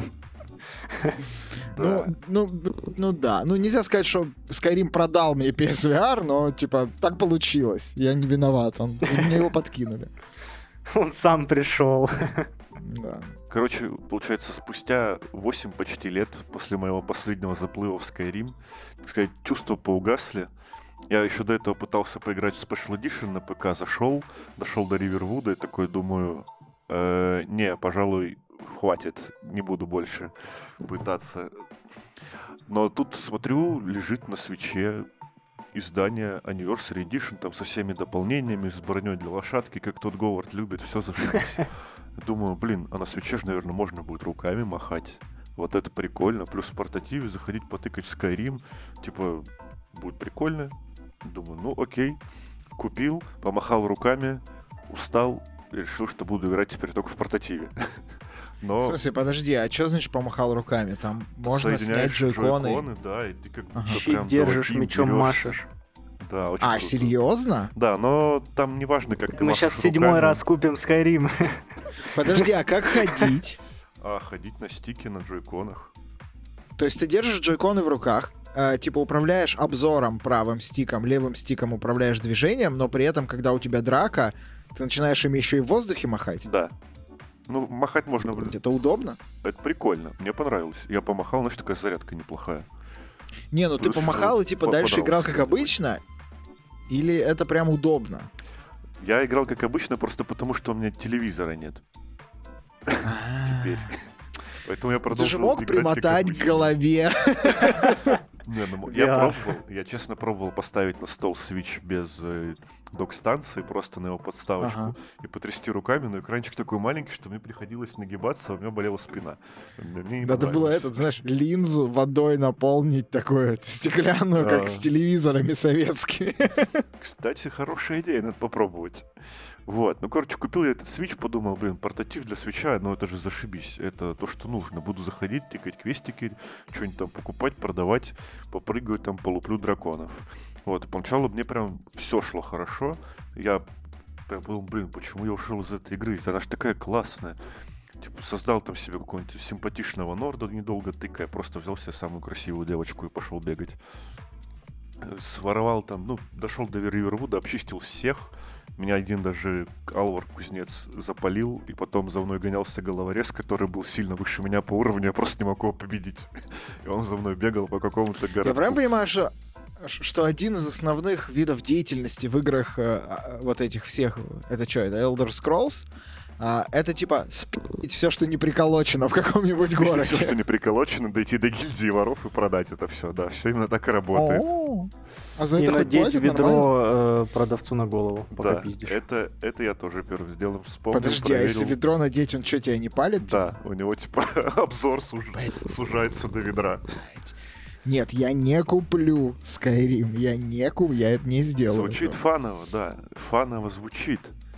Да. Ну, ну, ну да. Ну, нельзя сказать, что Skyrim продал мне пи эс ви ар, но, типа, так получилось. Я не виноват, он, мне его подкинули. Он сам пришел. Да. Короче, получается, спустя восемь почти лет после моего последнего заплыва в Skyrim, так сказать, чувства поугасли. Я еще до этого пытался поиграть в Special Edition на ПК, зашел, дошел до Ривервуда и такой думаю, э, не, пожалуй, хватит, не буду больше пытаться. Но тут, смотрю, лежит на свече издание Anniversary Edition, там со всеми дополнениями, с броней для лошадки, как тот Говард любит, все зашибись. Думаю, блин, а на свече же, наверное, можно будет руками махать. Вот это прикольно. Плюс в портативе заходить потыкать в Skyrim, типа, будет прикольно. Думаю, ну окей. Купил, помахал руками, устал, и решил, что буду играть теперь только в портативе. В Но смысле, подожди, а что значит помахал руками? Там можно снять соединяешь джойконы. джойконы, да, и ты как будто Ага. прям Щит держишь, долотим мечом берёшься. машешь. Да, очень А, круто. серьезно? Да, но там не важно, как ты Мы машешь сейчас седьмой руками. раз купим Skyrim. Подожди, а как ходить? А ходить на стике, на джойконах. То есть ты держишь джойконы в руках, э, типа управляешь обзором правым стиком, левым стиком управляешь движением, но при этом, когда у тебя драка, ты начинаешь ими еще и в воздухе махать. Да. Ну, махать можно, блин. Это удобно? Это прикольно. Мне понравилось. Я помахал, знаешь, такая зарядка неплохая. Не, ну ты Плюс помахал и еще типа по- дальше играл подрался. как обычно? Или это прям удобно? Я играл как обычно, просто потому что у меня телевизора нет теперь. Поэтому я Ты продолжил же мог играть как примотать к обычно. голове. Не, ну, ви я ар. пробовал, я честно пробовал поставить на стол Switch без э, док-станции, просто на его подставочку, Ага. и потрясти руками, но экранчик такой маленький, что мне приходилось нагибаться, а у меня болела спина. Мне мне не Надо было понравилось. этот, знаешь, линзу водой наполнить такую стеклянную, как А. с телевизорами советскими. Кстати, хорошая идея, надо попробовать. Вот, ну, короче, купил я этот Switch, подумал, блин, портатив для свеча, ну, это же зашибись, это то, что нужно. Буду заходить, тыкать квестики, что-нибудь там покупать, продавать, попрыгаю там, полуплю драконов. Вот, и поначалу мне прям все шло хорошо. Я прям подумал, блин, почему я ушел из этой игры? Она же такая классная. Типа, создал там себе какого-нибудь симпатичного норда, недолго тыкая, просто взял себе самую красивую девочку и пошел бегать. Э, Своровал там, ну, дошел до Ривервуда, обчистил всех. Меня один даже Алвар Кузнец запалил, и потом за мной гонялся головорез, который был сильно выше меня по уровню, я просто не мог его победить. И он за мной бегал по какому-то городку. Я правильно понимаю, что, что один из основных видов деятельности в играх э, а, вот этих всех, это что, это Elder Scrolls? А, это типа спить все, что не приколочено в каком-нибудь Спиздить городе. все, что не приколочено, дойти до гильдии воров и продать это все. Да, все именно так и работает. О, а за И это хоть надеть платят нормально? ведро э, продавцу на голову, пока Да, пиздишь. это, это я тоже первым делом вспомнил, Подожди, а если проверил. ведро надеть, он что, тебя не палит? Да, у него типа обзор суж- сужается до ведра. Нет, я не куплю Skyrim, я не куплю, я это не сделаю. Звучит фаново, да, фаново звучит.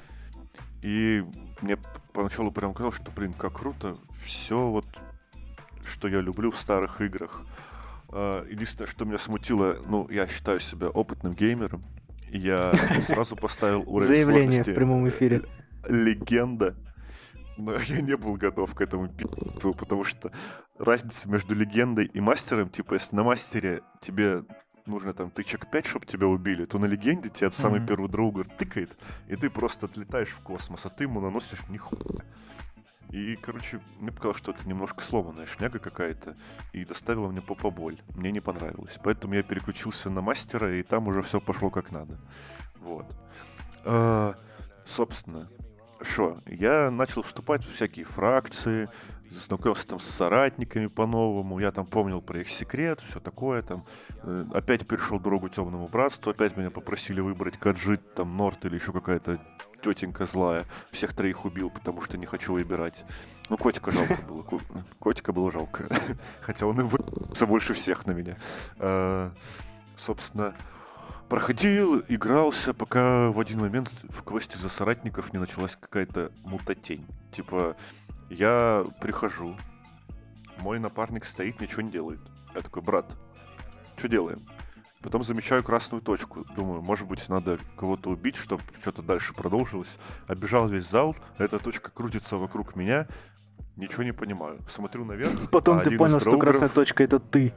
И мне поначалу прям казалось, что, блин, как круто, все вот, что я люблю в старых играх. А, Единственное, что меня смутило, ну, я считаю себя опытным геймером, Я сразу поставил уровень Заявление сложности в прямом эфире. легенда, но я не был готов к этому пи***цу, потому что разница между легендой и мастером, типа, если на мастере тебе нужно там тычек пять, чтобы тебя убили, то на легенде тебя от самый Мгм. первый Дроугар тыкает, и ты просто отлетаешь в космос, а ты ему наносишь нихуя. И, короче, мне показалось, что это немножко сломанная шняга какая-то, и доставила мне попа боль. Мне не понравилось. Поэтому я переключился на мастера, и там уже все пошло как надо. Вот. А, собственно, что, я начал вступать в всякие фракции, знакомился там с соратниками по-новому, я там помнил про их секрет, все такое там. Э, Опять перешел дорогу темному братству, опять меня попросили выбрать Каджит, там, Норт или еще какая-то тетенька злая. Всех троих убил, потому что не хочу выбирать. Ну, котика жалко было. ко- Котика было жалко. Хотя он и выебался больше всех на меня. А, Собственно, проходил, игрался, пока в один момент в квесте за соратников не началась какая-то мутатень. Типа, я прихожу, мой напарник стоит, ничего не делает. Я такой, брат, что делаем? Потом замечаю красную точку. Думаю, может быть, надо кого-то убить, чтобы что-то дальше продолжилось. Обежал весь зал, эта точка крутится вокруг меня. Ничего не понимаю. Смотрю наверх. Потом а ты один понял, из что дроугеров- красная точка — это ты.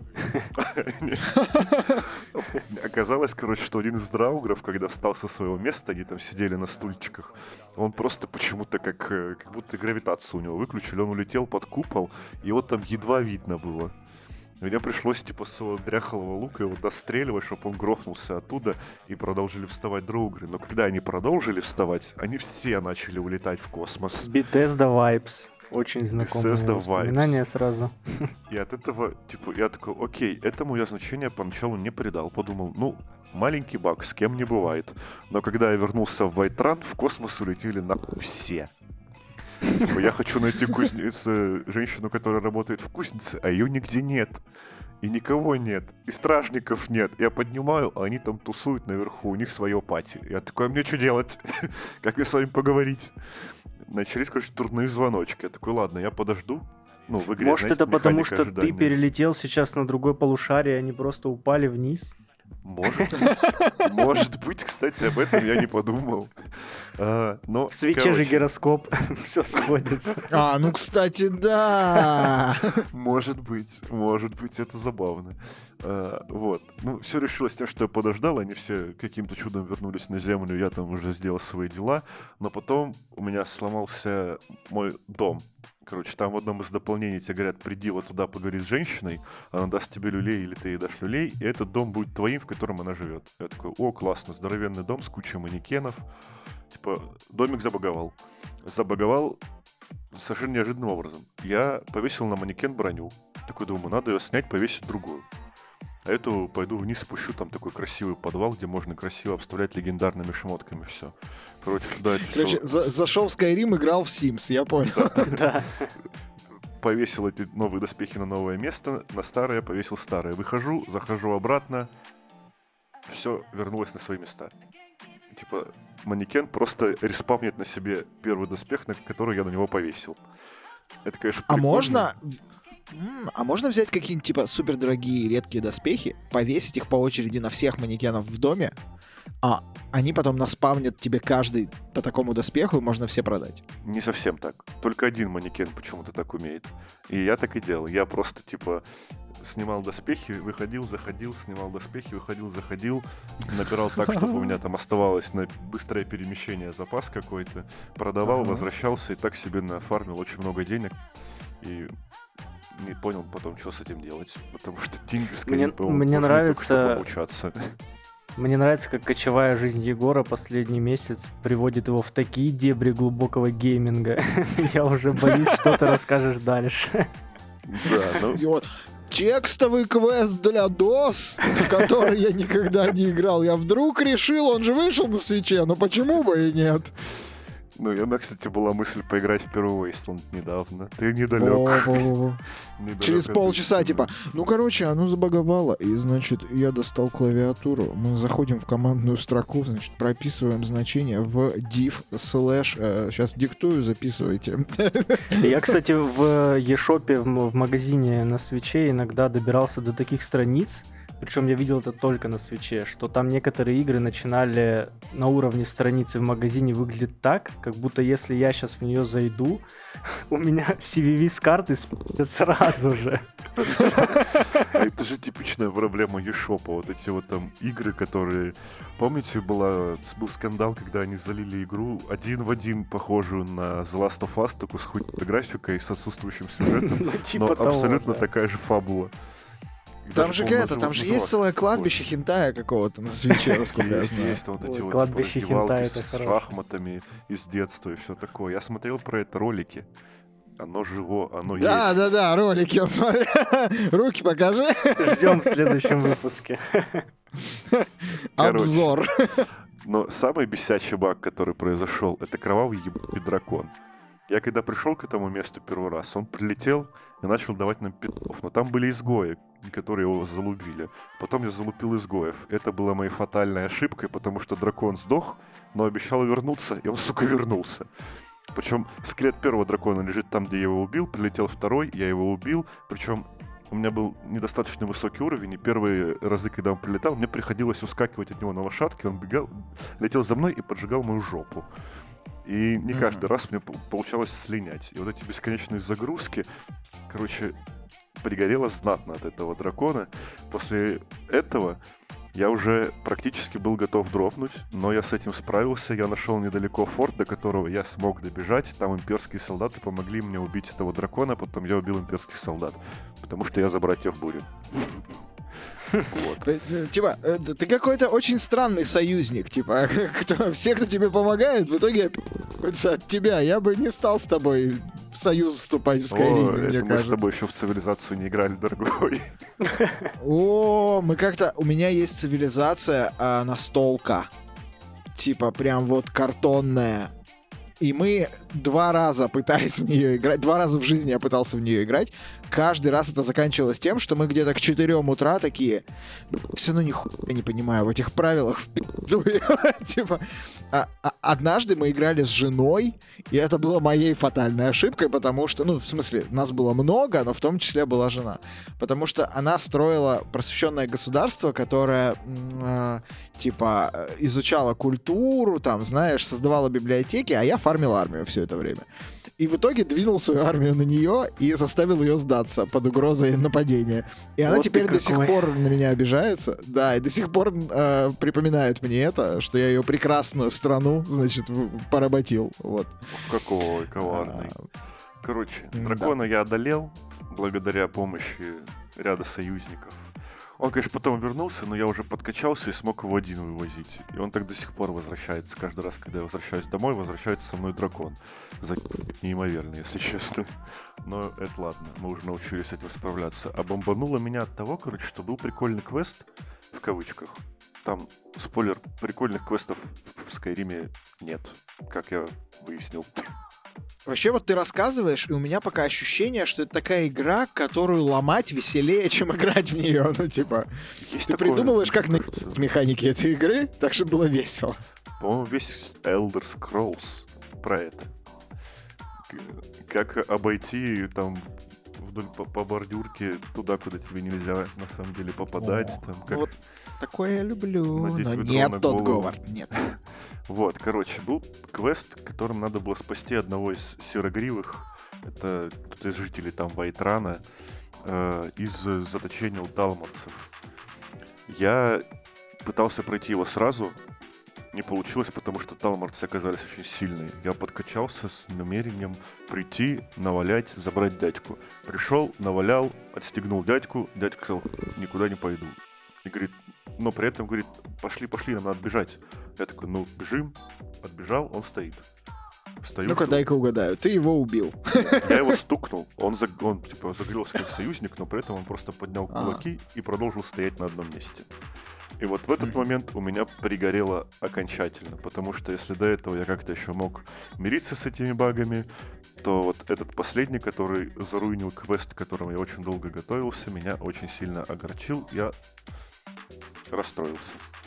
Оказалось, короче, что один из драугров, когда встал со своего места, они там сидели на стульчиках, он просто почему-то как, э, как будто гравитацию у него выключили, он улетел под купол, и его там едва видно было. Мне пришлось, типа, с своего дряхлого лука его достреливать, чтобы он грохнулся оттуда, и продолжили вставать дроугры. Но когда они продолжили вставать, они все начали улетать в космос. Bethesda Vibes. Очень знакомые Bethesda воспоминания vibes. сразу. И от этого, типа, я такой, окей, этому я значения поначалу не придал. Подумал, ну, маленький баг, с кем не бывает. Но когда я вернулся в Вайтран, в космос улетели на все. Типа, я хочу найти кузницу, женщину, которая работает в кузнице, а ее нигде нет. И никого нет, и стражников нет. Я поднимаю, а они там тусуют наверху, у них свое пати. Я такой, а мне что делать? Как мне с вами поговорить? Начались, короче, турные звоночки. Я такой, ладно, я подожду. Ну, в игре, Может, знаете, это потому, механика что ты ожидания. перелетел сейчас на другой полушарие, и они просто упали вниз? Может быть. Может быть, кстати, об этом я не подумал. А, но, В свече же короче, гироскоп, все сходится. А, ну, кстати, да. Может быть, может быть, это забавно. А, вот. Ну, все решилось тем, что я подождал, они все каким-то чудом вернулись на землю, я там уже сделал свои дела, но потом у меня сломался мой дом. Короче, там в одном из дополнений тебе говорят, приди вот туда поговори с женщиной, она даст тебе люлей или ты ей дашь люлей, и этот дом будет твоим, в котором она живет. Я такой, о, классно, здоровенный дом с кучей манекенов. Типа, домик забаговал. Забаговал совершенно неожиданным образом. Я повесил на манекен броню. Такой думаю, надо ее снять, повесить другую. А эту пойду вниз спущу, там такой красивый подвал, где можно красиво обставлять легендарными шмотками все. Короче, туда это Короче, все за- зашел в Skyrim, играл в Sims, я понял. Да. повесил эти новые доспехи на новое место, на старое повесил старое. Выхожу, захожу обратно, все вернулось на свои места. Типа, манекен просто респавнит на себе первый доспех, на который я на него повесил. Это, конечно, А прикольно. можно... М, А можно взять какие-нибудь, типа, супердорогие редкие доспехи, повесить их по очереди на всех манекенов в доме, а они потом наспавнят тебе каждый по такому доспеху, и можно все продать? Не совсем так. Только один манекен почему-то так умеет. И я так и делал. Я просто, типа, снимал доспехи, выходил, заходил, снимал доспехи, выходил, заходил, набирал так, чтобы у меня там оставалось на быстрое перемещение запас какой-то, продавал, Ага. возвращался и так себе нафармил очень много денег. И не понял потом, что с этим делать, потому что деньги скорее, Мне- по-моему, мне нужны только, чтобы нравится- обучаться. Мне нравится, как кочевая жизнь Егора последний месяц приводит его в такие дебри глубокого гейминга. Я уже боюсь, что ты расскажешь дальше. Да, ну, И вот текстовый квест для дос, в который я никогда не играл. Я вдруг решил, он же вышел на свече, но почему бы и нет? ну, и у меня, кстати, была мысль поиграть в первый Wasteland недавно. Ты недалек. Во-во-во. Недалек Через от полчаса, истины. типа, ну, короче, оно забаговало, и, значит, я достал клавиатуру, мы заходим в командную строку, значит, прописываем значение в div слэш, сейчас диктую, записывайте. Я, кстати, в eShop, в м- в магазине на свече иногда добирался до таких страниц, причем я видел это только на свече, что там некоторые игры начинали на уровне страницы в магазине выглядеть так, как будто если я сейчас в нее зайду, у меня си ви ви с карты спят сразу же. А это же типичная проблема eShop. Вот эти вот там игры, которые... Помните, была, был скандал, когда они залили игру один в один похожую на The Last of Us, только с хуй графикой, с отсутствующим сюжетом, Ну, типа но того, абсолютно да. такая же фабула. И Там даже, же по-моему, это, назов- там же есть называлось целое такое. кладбище хентая какого-то на свече, насколько я Есть, знаю. есть вот эти Ой, вот кладбище типа, раздевалки хентая с это хорошо. шахматами из детства и все такое. Я смотрел про это ролики. Оно живо, оно Да, есть. да, да, ролики, он смотри. Руки покажи. Ждем в следующем выпуске. Короче. Обзор. Но самый бесячий баг, который произошел, это кровавый ебаный дракон. Я когда пришел к этому месту первый раз, он прилетел и начал давать нам пятов. Но там были изгои, которые его залупили. Потом я залупил изгоев. Это была моей фатальной ошибкой, потому что дракон сдох, но обещал вернуться, и он, сука, вернулся. Причем скелет первого дракона лежит там, где я его убил, прилетел второй, я его убил. Причем у меня был недостаточно высокий уровень, и первые разы, когда он прилетал, мне приходилось ускакивать от него на лошадке, он бегал, летел за мной и поджигал мою жопу. И не Мгм. каждый раз мне п- получалось слинять. И вот эти бесконечные загрузки, короче, пригорело знатно от этого дракона. После этого я уже практически был готов дропнуть, но я с этим справился. Я нашел недалеко форт, до которого я смог добежать. Там имперские солдаты помогли мне убить этого дракона, потом я убил имперских солдат, потому что я за братьев Бурю. Вот. То есть, э, Типа, э, ты какой-то очень странный союзник. Типа, кто, все, кто тебе помогает, в итоге опи***ются от тебя. Я бы не стал с тобой в союз вступать в О, Скайриме, мне это мы с кажется. тобой еще в цивилизацию не играли, дорогой. О, мы как-то... У меня есть цивилизация а, настолка. Типа, прям вот картонная. И мы два раза пытались в нее играть. Два раза в жизни я пытался в нее играть. Каждый раз это заканчивалось тем, что мы где-то к четырем утра такие... Все равно нихуя не понимаю в этих правилах. В пизду». Типа, а- а- однажды мы играли с женой, и это было моей фатальной ошибкой, потому что, ну, в смысле, нас было много, но в том числе была жена. Потому что она строила просвещенное государство, которое, м, а, типа, э, изучало культуру, там, знаешь, создавала библиотеки, а я фармил армию все это время. И в итоге двинул свою армию на нее и заставил ее сдаться под угрозой нападения. И она Вот ты теперь до сих какой. пор на меня обижается. Да, и до сих пор э, припоминает мне это, что я ее прекрасную страну, значит, в- поработил. Вот. Какой коварный. А, Короче, м, дракона я одолел благодаря помощи ряда союзников. Он, конечно, потом вернулся, но я уже подкачался и смог его один вывозить. И он так до сих пор возвращается. Каждый раз, когда я возвращаюсь домой, возвращается со мной дракон. За неимоверно, если честно. Но это ладно, мы уже научились с этим справляться. А бомбануло меня от того, короче, что был прикольный квест, в кавычках. Там, спойлер, прикольных квестов в Скайриме нет, как я выяснил. Вообще, вот ты рассказываешь, и у меня пока ощущение, что это такая игра, которую ломать веселее, чем играть в нее. Ну, типа, Есть ты такое, придумываешь, как мне на кажется. механики этой игры, так что было весело. По-моему, весь Elder Scrolls про это. К- Как обойти там вдоль по, по бордюрке туда, куда тебе нельзя на самом деле попадать. О, Там, ну как... вот такое я люблю. надеть Но ведро нет, на тот голову. Говард, нет. Вот, короче, был квест, которым надо было спасти одного из серогривых. Это кто-то из жителей там Вайтрана э, из заточения у талморцев. Я пытался пройти его сразу, не получилось, потому что талморцы оказались очень сильные. Я подкачался с намерением прийти, навалять, забрать дядьку. Пришел, навалял, отстегнул дядьку, дядька сказал, никуда не пойду. И говорит, но при этом говорит, пошли, пошли, нам надо бежать. Я такой, ну, бежим. Отбежал, он стоит. Стою, Ну-ка, жду. дай-ка угадаю. Ты его убил. Я его стукнул. Он, заг- он типа, загрелся как союзник, но при этом он просто поднял А. кулаки и продолжил стоять на одном месте. И вот в этот Мгм. момент у меня пригорело окончательно, потому что если до этого я как-то еще мог мириться с этими багами, то вот этот последний, который заруинил квест, к которому я очень долго готовился, меня очень сильно огорчил, я расстроился.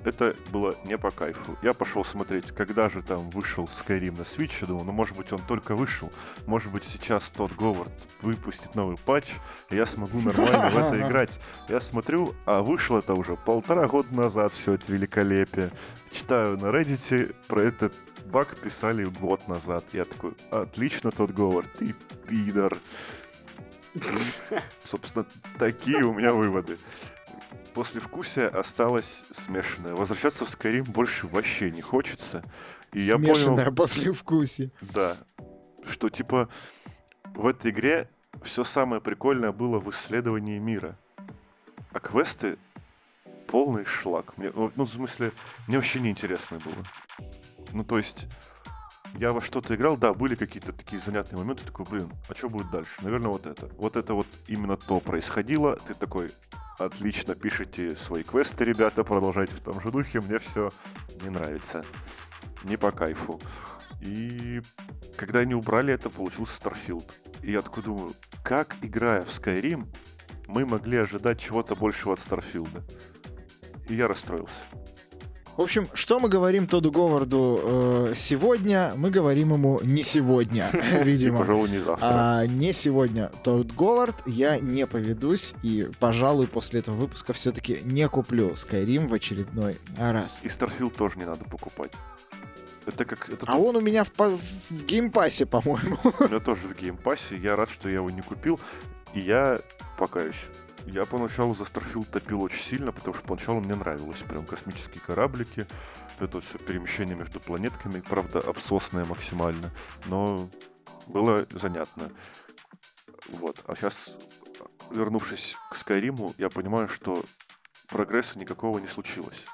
это было не по кайфу. Я пошел смотреть, когда же там вышел Skyrim на Switch. Я думал, ну, может быть, он только вышел. Может быть, сейчас Тодд Говард выпустит новый патч, и я смогу нормально в это играть. Я смотрю, а вышло это уже полтора года назад, все это великолепие. Читаю на Reddit, про этот баг писали год назад. Я такой, отлично, Тодд Говард, ты пидор. И, собственно, такие у меня выводы. Послевкусие осталось смешанное. Возвращаться в Skyrim больше вообще не хочется. И я понял... Смешанное послевкусие. Да. Что, типа, в этой игре все самое прикольное было в исследовании мира. А квесты полный шлак. Мне, ну, в смысле, мне вообще неинтересно было. Ну, то есть... Я во что-то играл, да, были какие-то такие занятные моменты, такой, блин, а что будет дальше? Наверное, вот это. Вот это вот именно то происходило. Ты такой, отлично, пишите свои квесты, ребята, продолжайте в том же духе, мне все не нравится. Не по кайфу. И когда они убрали это, получился Starfield. И я такой думаю, как, играя в Skyrim, мы могли ожидать чего-то большего от Starfield? И я расстроился. В общем, что мы говорим Тодду Говарду э, сегодня, мы говорим ему не сегодня, видимо. И, пожалуй, не завтра. А не сегодня, Тодд Говард, я не поведусь и, пожалуй, после этого выпуска все-таки не куплю Skyrim в очередной раз. И Starfield тоже не надо покупать. Это как... Это а тут... он у меня в, в геймпассе, по-моему. У меня тоже в геймпассе. Я рад, что я его не купил. И я покаюсь. Я поначалу за Starfield топил очень сильно, потому что поначалу мне нравилось. Прям космические кораблики, это вот все перемещение между планетками, правда, обсосное максимально, но было занятно. Вот. А сейчас, вернувшись к Скайриму, я понимаю, что прогресса никакого не случилось.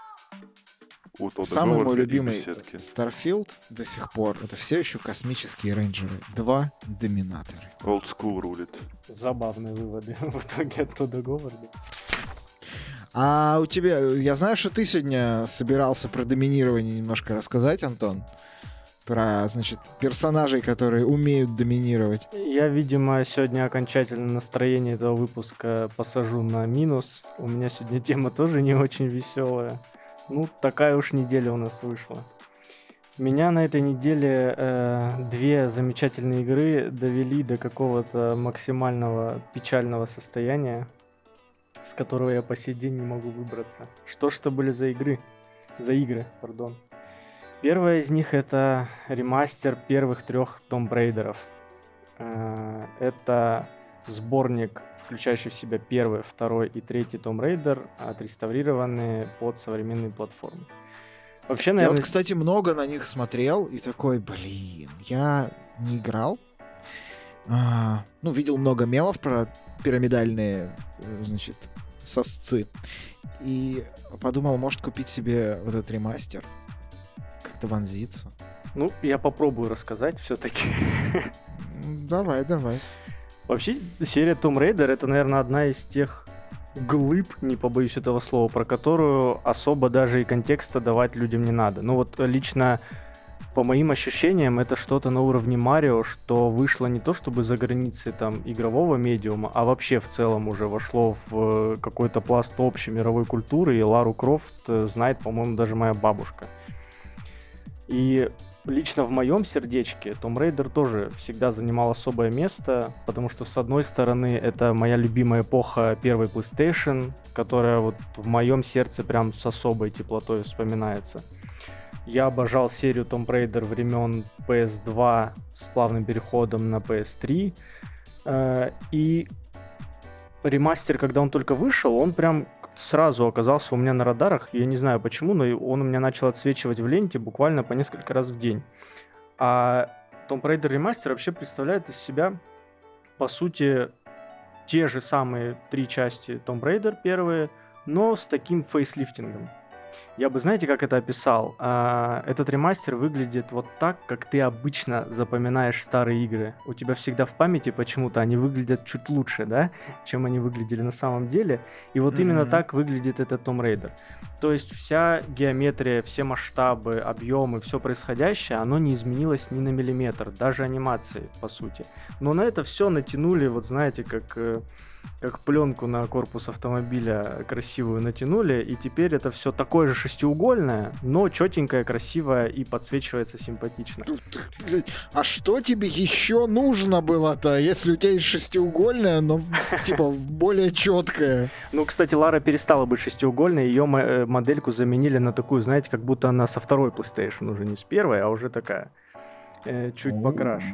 У Тодда Самый Говарда мой и любимый беседки. Starfield до сих пор это все еще космические рейнджеры. Два доминаторы. Old School рулит. Забавные выводы в итоге от Тодда Говарда. А у тебя, я знаю, что ты сегодня собирался про доминирование немножко рассказать, Антон. Про, значит, персонажей, которые умеют доминировать. Я, видимо, сегодня окончательно настроение этого выпуска посажу на минус. У меня сегодня тема тоже не очень веселая. Ну, такая уж неделя у нас вышла. Меня на этой неделе э, две замечательные игры довели до какого-то максимального печального состояния, с которого я по сей день не могу выбраться. Что ж это были за игры? За игры, пардон. Первая из них это ремастер первых трех Tomb Raider'ов. Э, это сборник, включающий в себя первый, второй и третий Tomb Raider, отреставрированные под современные платформы. Вообще, наверное... Я вот, кстати, много на них смотрел и такой, блин, я не играл. А, ну, видел много мемов про пирамидальные, значит, сосцы. И подумал, может купить себе вот этот ремастер. Как-то вонзиться. Ну, я попробую рассказать все-таки. Давай, давай. Вообще, серия Tomb Raider — это, наверное, одна из тех глыб, не побоюсь этого слова, про которую особо даже и контекста давать людям не надо. Ну вот лично по моим ощущениям это что-то на уровне Марио, что вышло не то чтобы за границей там игрового медиума, а вообще в целом уже вошло в какой-то пласт общей мировой культуры, и Лару Крофт знает, по-моему, даже моя бабушка. И лично в моем сердечке Tomb Raider тоже всегда занимал особое место, потому что, с одной стороны, это моя любимая эпоха первой PlayStation, которая вот в моем сердце прям с особой теплотой вспоминается. Я обожал серию Tomb Raider времен пи эс два с плавным переходом на пи эс три. И ремастер, когда он только вышел, он прям сразу оказался у меня на радарах. Я не знаю почему, но он у меня начал отсвечивать в ленте буквально по несколько раз в день. А Tomb Raider Remaster вообще представляет из себя, по сути, те же самые три части Tomb Raider первые, но с таким фейслифтингом. Я бы, знаете, как это описал? А, этот ремастер выглядит вот так, как ты обычно запоминаешь старые игры. У тебя всегда в памяти почему-то они выглядят чуть лучше, да, чем они выглядели на самом деле. И вот mm-hmm. именно так выглядит этот Tomb Raider. То есть вся геометрия, все масштабы, объемы, все происходящее, оно не изменилось ни на миллиметр, даже анимации, по сути. Но на это все натянули, вот знаете, как, э, как пленку на корпус автомобиля красивую натянули, и теперь это все такое же шестиугольное, но четенькое, красивое и подсвечивается симпатично. А что тебе еще нужно было-то, если у тебя есть шестиугольное, но типа более четкое? Ну, кстати, Лара перестала быть шестиугольной, ее модельку заменили на такую, знаете, как будто она со второй PlayStation, уже не с первой, а уже такая, э, чуть покраше.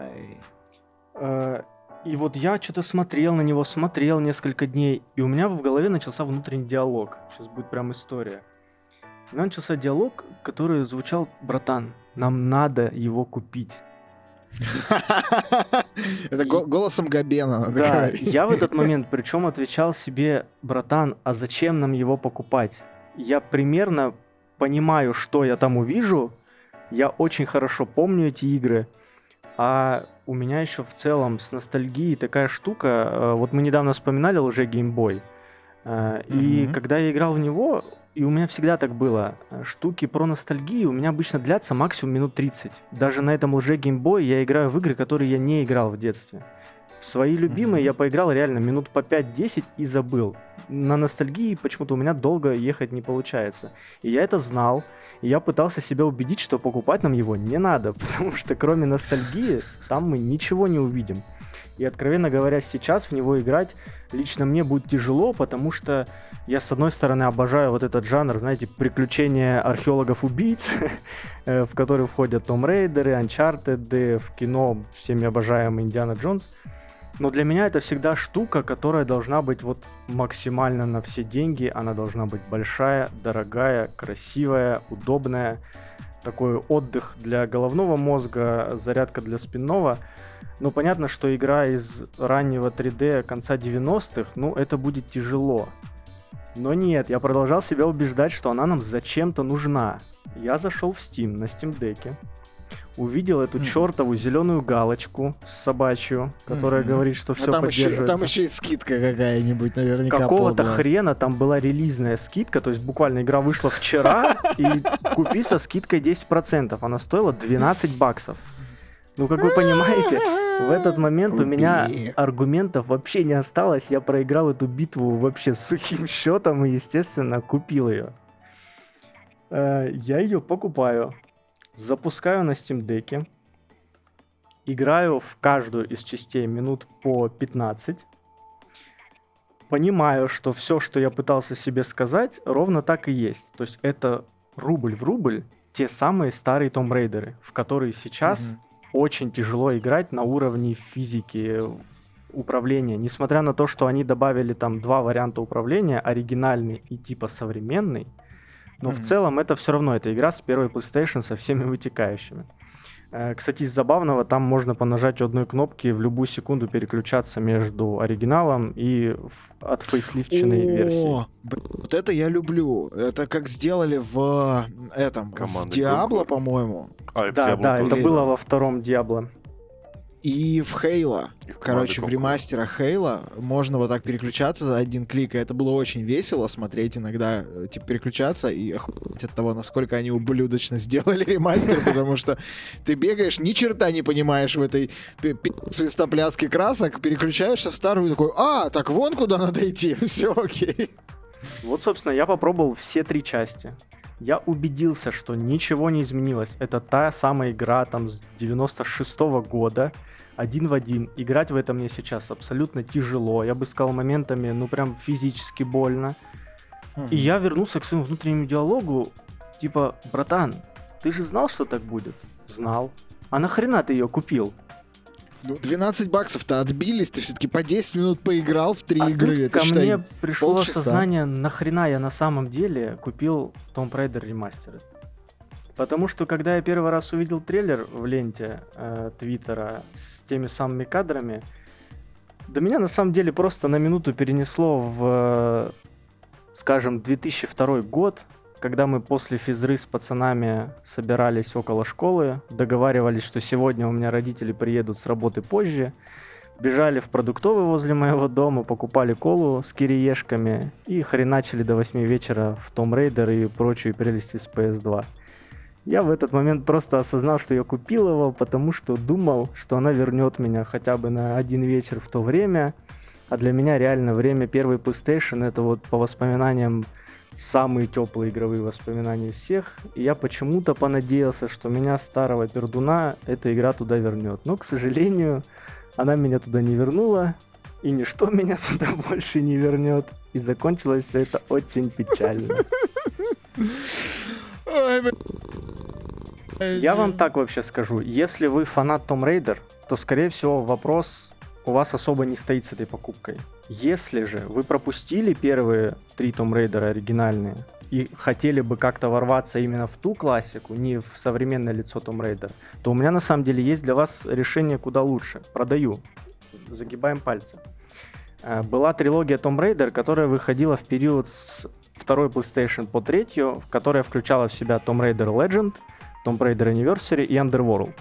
Э, и вот я что-то смотрел на него, смотрел несколько дней, и у меня в голове начался внутренний диалог. Сейчас будет прям история. У меня начался диалог, который звучал: братан, нам надо его купить. Это го- голосом Габена надо Да, говорить. я в этот момент причем отвечал себе: братан, а зачем нам его покупать? Я примерно понимаю, что я там увижу, я очень хорошо помню эти игры, а у меня еще в целом с ностальгией такая штука, э, вот мы недавно вспоминали уже Game Boy, э, и Мгм. когда я играл в него, и у меня всегда так было, э, штуки про ностальгию у меня обычно длятся максимум минут тридцать. Даже на этом лже Game Boy я играю в игры, которые я не играл в детстве. В свои любимые Мгм. я поиграл реально минут по пять-десять и забыл. На ностальгии почему-то у меня долго ехать не получается. И я это знал, и я пытался себя убедить, что покупать нам его не надо, потому что кроме ностальгии там мы ничего не увидим. И, откровенно говоря, сейчас в него играть лично мне будет тяжело, потому что я, с одной стороны, обожаю вот этот жанр, знаете, приключения археологов-убийц, э, в который входят Tomb Raider, Uncharted, в кино всеми обожаемый Индиана Джонс. Но для меня это всегда штука, которая должна быть вот максимально на все деньги. Она должна быть большая, дорогая, красивая, удобная. Такой отдых для головного мозга, зарядка для спинного. Но понятно, что игра из раннего три дэ конца девяностых, ну, это будет тяжело. Но нет, я продолжал себя убеждать, что она нам зачем-то нужна. Я зашел в Steam на Steam Deck'е, увидел эту Мгм. чертову зеленую галочку собачью, которая Мгм. говорит, что А все там еще, поддерживается. там еще и скидка какая-нибудь наверняка Какого-то подлая. хрена там была релизная скидка, то есть буквально игра вышла вчера, и купи со скидкой десять процентов. Она стоила двенадцать баксов. Ну, как вы понимаете, в этот момент у меня Купи. аргументов вообще не осталось. Я проиграл эту битву вообще с сухим счетом и, естественно, купил ее. Э, Я ее покупаю, запускаю на Steam Deck'е, играю в каждую из частей минут по пятнадцать. Понимаю, что все, что я пытался себе сказать, ровно так и есть. То есть это рубль в рубль те самые старые Tomb Raider, в которые сейчас Мгм. очень тяжело играть на уровне физики, управления. Несмотря на то, что они добавили там два варианта управления, оригинальный и типа современный, но в Мгм. целом это все равно эта игра с первой PlayStation со всеми вытекающими. Э, Кстати, из забавного, там можно по нажатию одной кнопки в любую секунду переключаться между оригиналом и в- от фейслифченной версии. О, блин, вот это я люблю. Это как сделали в э, этом, в Команда Диабло, Григор. по-моему, А, и в Да, Diablo да, тоже. это было во втором Диабло. и в Хейла. И в команды Короче, в Conquer. ремастерах Хейла можно вот так переключаться за один клик, и это было очень весело смотреть иногда, э, типа, переключаться и охуеть от того, насколько они ублюдочно сделали ремастер, потому что ты бегаешь, ни черта не понимаешь в этой пи- пи- свистопляске красок, переключаешься в старую и такой: а, так вон куда надо идти, все окей. Вот, собственно, я попробовал все три части. Я убедился, что ничего не изменилось. Это та самая игра там с девяносто шестого года, один в один. Играть в это мне сейчас абсолютно тяжело. Я бы сказал, моментами, ну прям физически больно. И я вернулся к своему внутреннему диалогу, типа: братан, ты же знал, что так будет? Знал. А нахрена ты ее купил? Ну, двенадцать баксов-то отбились, ты все-таки по десять минут поиграл в три А игры. тут Это ко считай, мне пришло полчаса. осознание, нахрена я на самом деле купил Tomb Raider Remastered. Потому что когда я первый раз увидел трейлер в ленте э, Твиттера с теми самыми кадрами, до меня на самом деле просто на минуту перенесло в, э, скажем, две тысячи второй год, когда мы после физры с пацанами собирались около школы, договаривались, что сегодня у меня родители приедут с работы позже, бежали в продуктовый возле моего дома, покупали колу с кириешками и хреначили до восьми вечера в Tomb Raider и прочие прелести с пи эс два. Я в этот момент просто осознал, что я купил его, потому что думал, что она вернет меня хотя бы на один вечер в то время. А для меня реально время первой PlayStation — это вот по воспоминаниям самые теплые игровые воспоминания из всех. И я почему-то понадеялся, что меня, старого пердуна, эта игра туда вернет. Но, к сожалению, она меня туда не вернула, и ничто меня туда больше не вернет. И закончилось все это очень печально. Я вам так вообще скажу. Если вы фанат Tomb Raider, то, скорее всего, вопрос у вас особо не стоит с этой покупкой. Если же вы пропустили первые три Tomb Raider оригинальные и хотели бы как-то ворваться именно в ту классику, не в современное лицо Tomb Raider, то у меня на самом деле есть для вас решение куда лучше. Продаю. Загибаем пальцы. Была трилогия Tomb Raider, которая выходила в период с второй PlayStation по третью, которая включала в себя Tomb Raider Legend, Tomb Raider Anniversary и Underworld.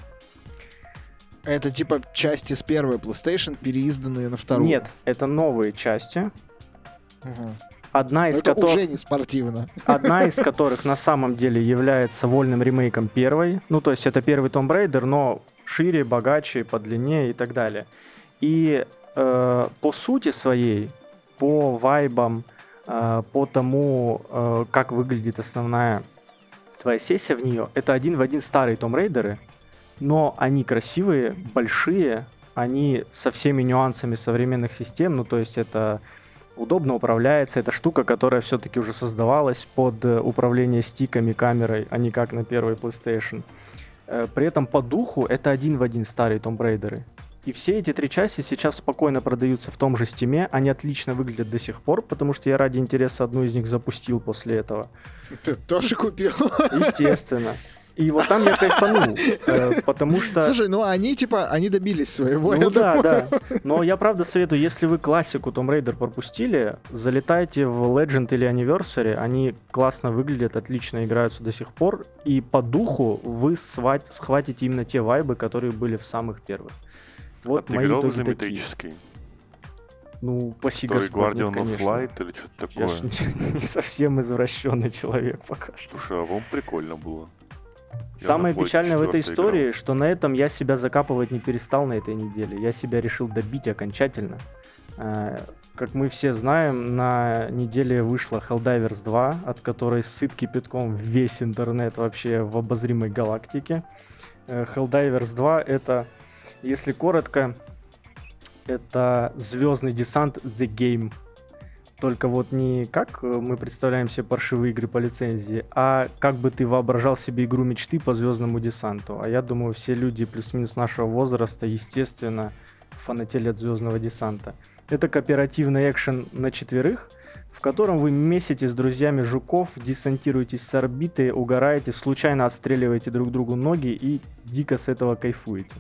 Это типа части с первой PlayStation, переизданные на вторую? Нет, это новые части. Угу. Одна из это которых... уже не спортивно. Одна из которых на самом деле является вольным ремейком первой. Ну, то есть это первый Tomb Raider, но шире, богаче, подлиннее и так далее. И э, по сути своей, по вайбам, э, по тому, э, как выглядит основная твоя сессия в нее, это один в один старые Tomb Raider, но они красивые, большие, они со всеми нюансами современных систем, ну, то есть это удобно управляется, это штука, которая все-таки уже создавалась под управление стиками, камерой, а не как на первой PlayStation. При этом по духу это один в один старые Tomb Raider. И все эти три части сейчас спокойно продаются в том же Steam, они отлично выглядят до сих пор, потому что я ради интереса одну из них запустил после этого. Ты тоже купил? Естественно. И вот там я кайфанул, э, потому что... Слушай, ну они типа, они добились своего. Ну да, думаю. да. Но я правда советую, если вы классику Tomb Raider пропустили, залетайте в Legend или Anniversary, они классно выглядят, отлично играются до сих пор, и по духу вы схват... схватите именно те вайбы, которые были в самых первых. Вот а ты играл в изометрический? Ну, паси Господь, Guardian нет, of Light или что-то такое? Я ж не, не совсем извращенный человек пока что. Слушай, а вам прикольно было. Самое печальное в этой истории, играл. Что на этом я себя закапывать не перестал на этой неделе. Я себя решил добить окончательно. Как мы все знаем, на неделе вышла Helldivers два, от которой сыт кипятком весь интернет вообще в обозримой галактике. Helldivers два — это, если коротко, это звездный десант The Game. Только вот не как мы представляем себе паршивые игры по лицензии, а как бы ты воображал себе игру мечты по звездному десанту. А я думаю, все люди плюс-минус нашего возраста, естественно, фанатели от звездного десанта. Это кооперативный экшен на четверых, в котором вы месите с друзьями жуков, десантируетесь с орбиты, угораете, случайно отстреливаете друг другу ноги и дико с этого кайфуете.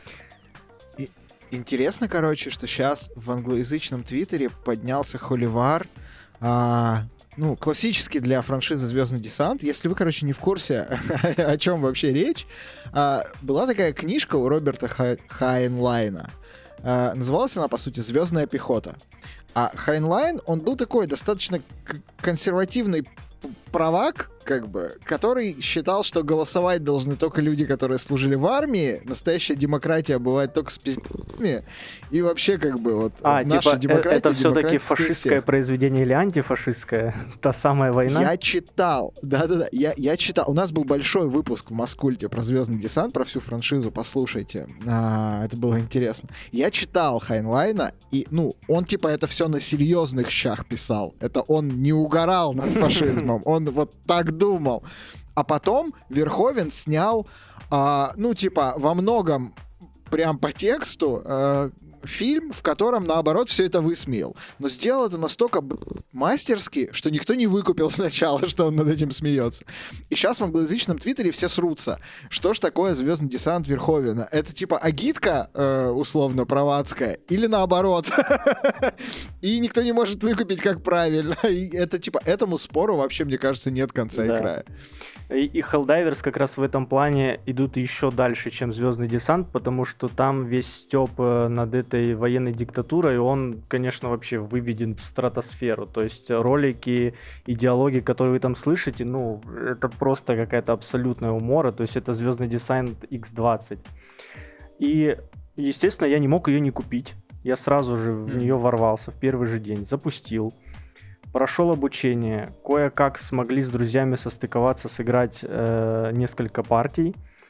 Интересно, короче, что сейчас в англоязычном твиттере поднялся холивар, а, ну, классический для франшизы «Звездный десант». Если вы, короче, не в курсе, о чем вообще речь, а, была такая книжка у Роберта Хайнлайна. А, называлась она, по сути, «Звездная пехота». А Хайнлайн, он был такой достаточно к- консервативный правак, как бы, который считал, что голосовать должны только люди, которые служили в армии, настоящая демократия бывает только с пиздами, и вообще, как бы, вот, а, наша типа, демократия... это все-таки фашистское всех. произведение или антифашистское? Та самая война? Я читал, да-да-да, я, я читал. У нас был большой выпуск в Маскульте про «Звездный десант», про всю франшизу, послушайте. А, это было интересно. Я читал Хайнлайна, и, ну, он, типа, это все на серьезных щах писал. Это он не угорал над фашизмом, он вот так думал. А потом Верховен снял, а, ну, типа, во многом прям по тексту а, фильм, в котором, наоборот, все это высмеял. Но сделал это настолько мастерски, что никто не выкупил сначала, что он над этим смеется. И сейчас в англоязычном твиттере все срутся. Что ж такое «Звездный десант» Верховена? Это типа агитка, э, условно, правацкая, или наоборот? И никто не может выкупить, как правильно. И это типа, этому спору вообще, мне кажется, нет конца и края. И, и Helldivers как раз в этом плане идут еще дальше, чем «Звездный десант», потому что там весь стёб над этой этой военной диктатурой, он, конечно, вообще выведен в стратосферу. То есть ролики и диалоги, которые вы там слышите, ну, это просто какая-то абсолютная умора. То есть это «Звездный десант икс двадцать». И, естественно, я не мог ее не купить. Я сразу же в нее ворвался в первый же день, запустил. Прошел обучение, кое-как смогли с друзьями состыковаться, сыграть э, несколько партий.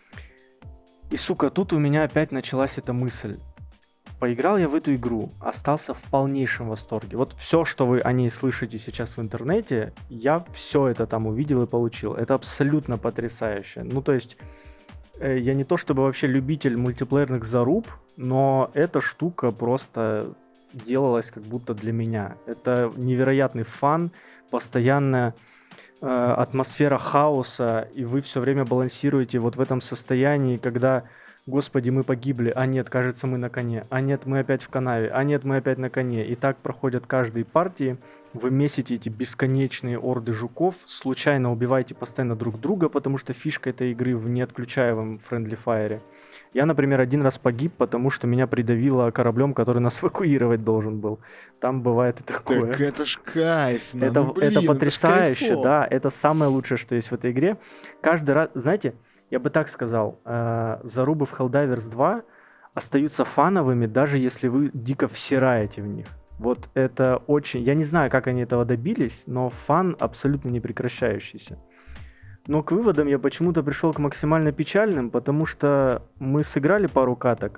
И, сука, тут у меня опять началась эта мысль. Поиграл я в эту игру, остался в полнейшем восторге. Вот все, что вы о ней слышите сейчас в интернете, я все это там увидел и получил. Это абсолютно потрясающе. Ну, то есть, э, я не то чтобы вообще любитель мультиплеерных заруб, но эта штука просто... делалось как будто для меня. Это невероятный фан, постоянная э, атмосфера хаоса, и вы все время балансируете вот в этом состоянии, когда, господи, мы погибли, а нет, кажется, мы на коне, а нет, мы опять в канаве, а нет, мы опять на коне. И так проходят каждые партии, вы месите эти бесконечные орды жуков, случайно убиваете постоянно друг друга, потому что фишка этой игры в неотключаемом Friendly Fire. Я, например, один раз погиб, потому что меня придавило кораблем, который нас эвакуировать должен был. Там бывает и такое. Так это ж кайф. Ну, это, ну, блин, это потрясающе, это да. Это самое лучшее, что есть в этой игре. Каждый раз, знаете, я бы так сказал, э, зарубы в Helldivers два остаются фановыми, даже если вы дико всираете в них. Вот это очень... Я не знаю, как они этого добились, но фан абсолютно не прекращающийся. Но к выводам я почему-то пришел к максимально печальным, потому что мы сыграли пару каток.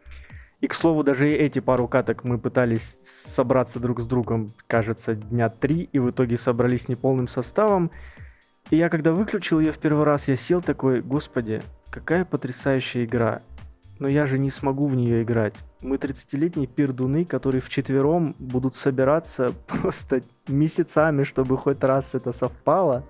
И, к слову, даже и эти пару каток мы пытались собраться друг с другом, кажется, дня три, и в итоге собрались неполным составом. И я, когда выключил ее в первый раз, я сел такой: господи, какая потрясающая игра. Но я же не смогу в нее играть. Мы тридцатилетние пердуны, которые вчетвером будут собираться просто месяцами, чтобы хоть раз это совпало.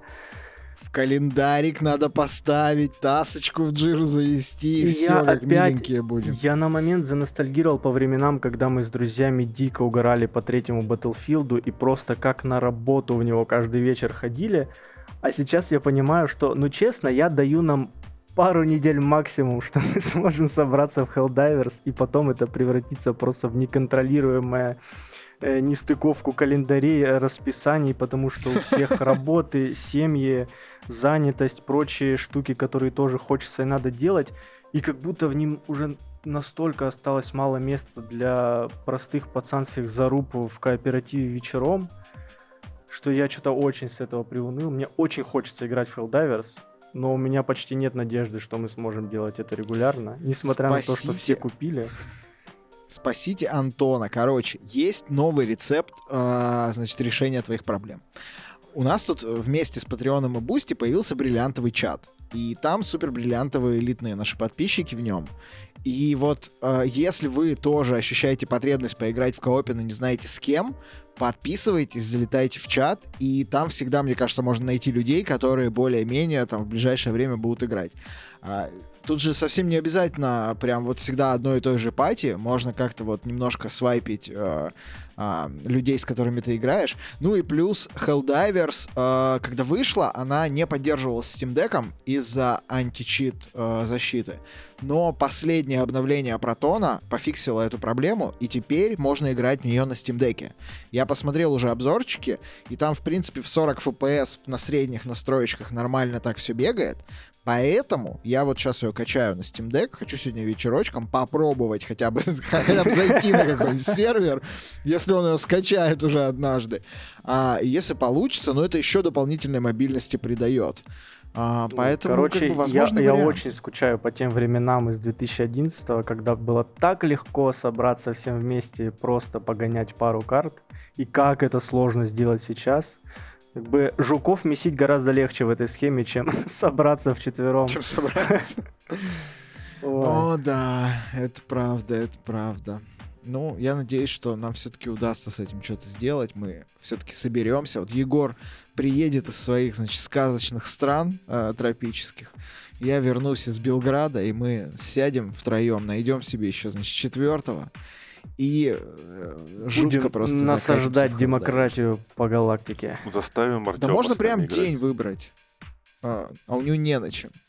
В календарик надо поставить, тасочку в джиру завести, и, И все, я как опять- миленькие будем. Я на момент заностальгировал по временам, когда мы с друзьями дико угорали по третьему Battlefield и просто как на работу в него каждый вечер ходили. А сейчас я понимаю, что, ну честно, я даю нам пару недель максимум, что мы сможем собраться в Helldivers, и потом это превратится просто в неконтролируемое э, нестыковку календарей, э, расписаний, потому что у всех работы, семьи, занятость, прочие штуки, которые тоже хочется и надо делать, и как будто в нем уже настолько осталось мало места для простых пацанских заруб в кооперативе вечером, что я что-то очень с этого приуныл. Мне очень хочется играть в Helldivers, но у меня почти нет надежды, что мы сможем делать это регулярно, несмотря на то, что Спасите. все купили. Спасите Антона. Короче, есть новый рецепт, э, значит, решения твоих проблем. У нас тут вместе с Патреоном и Бусти появился бриллиантовый чат. И там супер бриллиантовые элитные наши подписчики в нем. И вот э, если вы тоже ощущаете потребность поиграть в коопе, но не знаете с кем, подписывайтесь, залетайте в чат, и там всегда, мне кажется, можно найти людей, которые более-менее там в ближайшее время будут играть. А, тут же совсем не обязательно прям вот всегда одной и той же пати, можно как-то вот немножко свайпить э, э, людей, с которыми ты играешь. Ну и плюс Helldivers, э, когда вышла, она не поддерживалась Steam Deck'ом из-за античит э, защиты. Но последнее обновление Протона пофиксило эту проблему, и теперь можно играть в нее на Steam Deck'е. Я посмотрел уже обзорчики, и там, в принципе, в сорок эф пи эс на средних настроечках нормально так все бегает. Поэтому я вот сейчас ее качаю на Steam Deck, хочу сегодня вечерочком попробовать хотя бы, хотя бы зайти на какой-нибудь сервер, если он ее скачает уже однажды. А если получится, ну это еще дополнительной мобильности придает. А, поэтому, Короче, как бы, возможно, я, я вариант. очень скучаю по тем временам из две тысячи одиннадцатого, когда было так легко собраться всем вместе и просто погонять пару карт. И как это сложно сделать сейчас. Как бы жуков месить гораздо легче в этой схеме, чем собраться вчетвером. Чем собраться. Ой. О, да, это правда, это правда. Ну, я надеюсь, что нам все-таки удастся с этим что-то сделать. Мы все-таки соберемся. Вот Егор приедет из своих, значит, сказочных стран э, тропических. Я вернусь из Белграда, и мы сядем втроем, найдем себе еще, значит, четвертого. И э, жутко Будем просто насаждать закатимся в демократию по галактике. Заставим Артема Да можно с нами прям играть. день выбрать. А, а у него не на чем.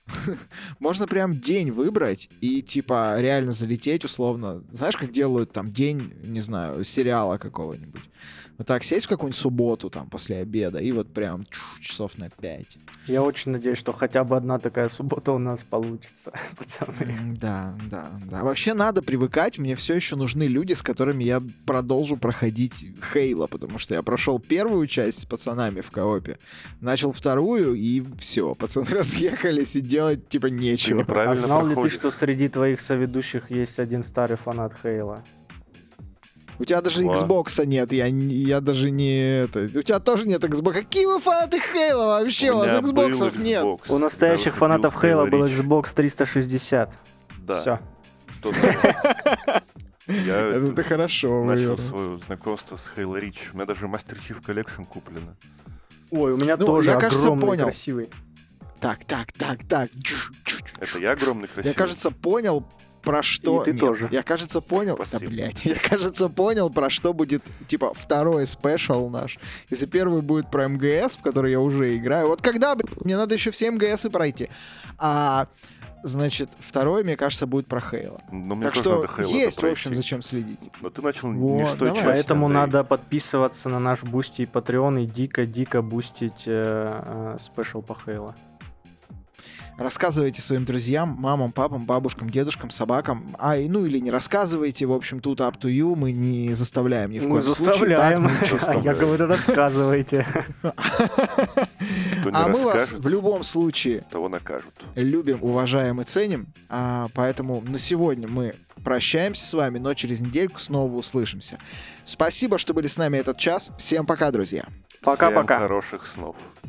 Можно прям день выбрать и, типа, реально залететь условно. Знаешь, как делают там день, не знаю, сериала какого-нибудь? Вот так сесть в какую-нибудь субботу там после обеда и вот прям чух, часов на пять. Я очень надеюсь, что хотя бы одна такая суббота у нас получится, пацаны. М, Да, да, да. Вообще надо привыкать. Мне все еще нужны люди, с которыми я продолжу проходить Хейла, потому что я прошел первую часть с пацанами в коопе, начал вторую, и все. Пацаны разъехались, и делать типа Ты нечего. А неправильно знал ли ты, проходишь. что среди твоих соведущих есть один старый фанат Хейла? У тебя даже Ладно. Xboxа нет, я, не- я даже не это. У тебя тоже нет Xbox. Какие вы фанаты Хейла вообще? У, вас меня был Xboxов нет. Xbox, У настоящих когда фанатов выходил Хейла был Halo Reach. Xbox триста шестьдесят. Да. Все. Что да. Я Это ты тут хорошо начал вывернулся. свое знакомство с Halo Reach. У меня даже Master Chief Collection куплено. Ой, у меня Ну, тоже я, кажется, огромный, понял. красивый. Так, так, так, так. Чш, чш, чш. Это я огромный красивый? Я, кажется, понял, про что... И ты Нет, тоже. Я, кажется, понял... Спасибо. Да, блядь. Я, кажется, понял, про что будет, типа, второй спешл наш. Если первый будет про МГС, в который я уже играю. Вот когда, блядь, мне надо еще все МГСы пройти. А, значит, второй, мне кажется, будет про Хейла. Но мне Так тоже что надо Halo есть, в пройти. общем, зачем следить. Но ты начал не Вот, с той давай. части, Поэтому Андрей. надо подписываться на наш Бусти и Patreon и дико-дико бустить э, э, спешл по Хейла. Рассказывайте своим друзьям, мамам, папам, бабушкам, дедушкам, собакам. А, и, ну или не рассказывайте, в общем, тут up to you, мы не заставляем ни в Мы коем случае. Так, заставляем. мы чисто. Я говорю, рассказывайте. Кто не А мы вас расскажет, в любом случае того накажут. любим, уважаем и ценим. А, поэтому на сегодня мы прощаемся с вами, но через недельку снова услышимся. Спасибо, что были с нами этот час. Всем пока, друзья. Пока-пока. Всем хороших снов.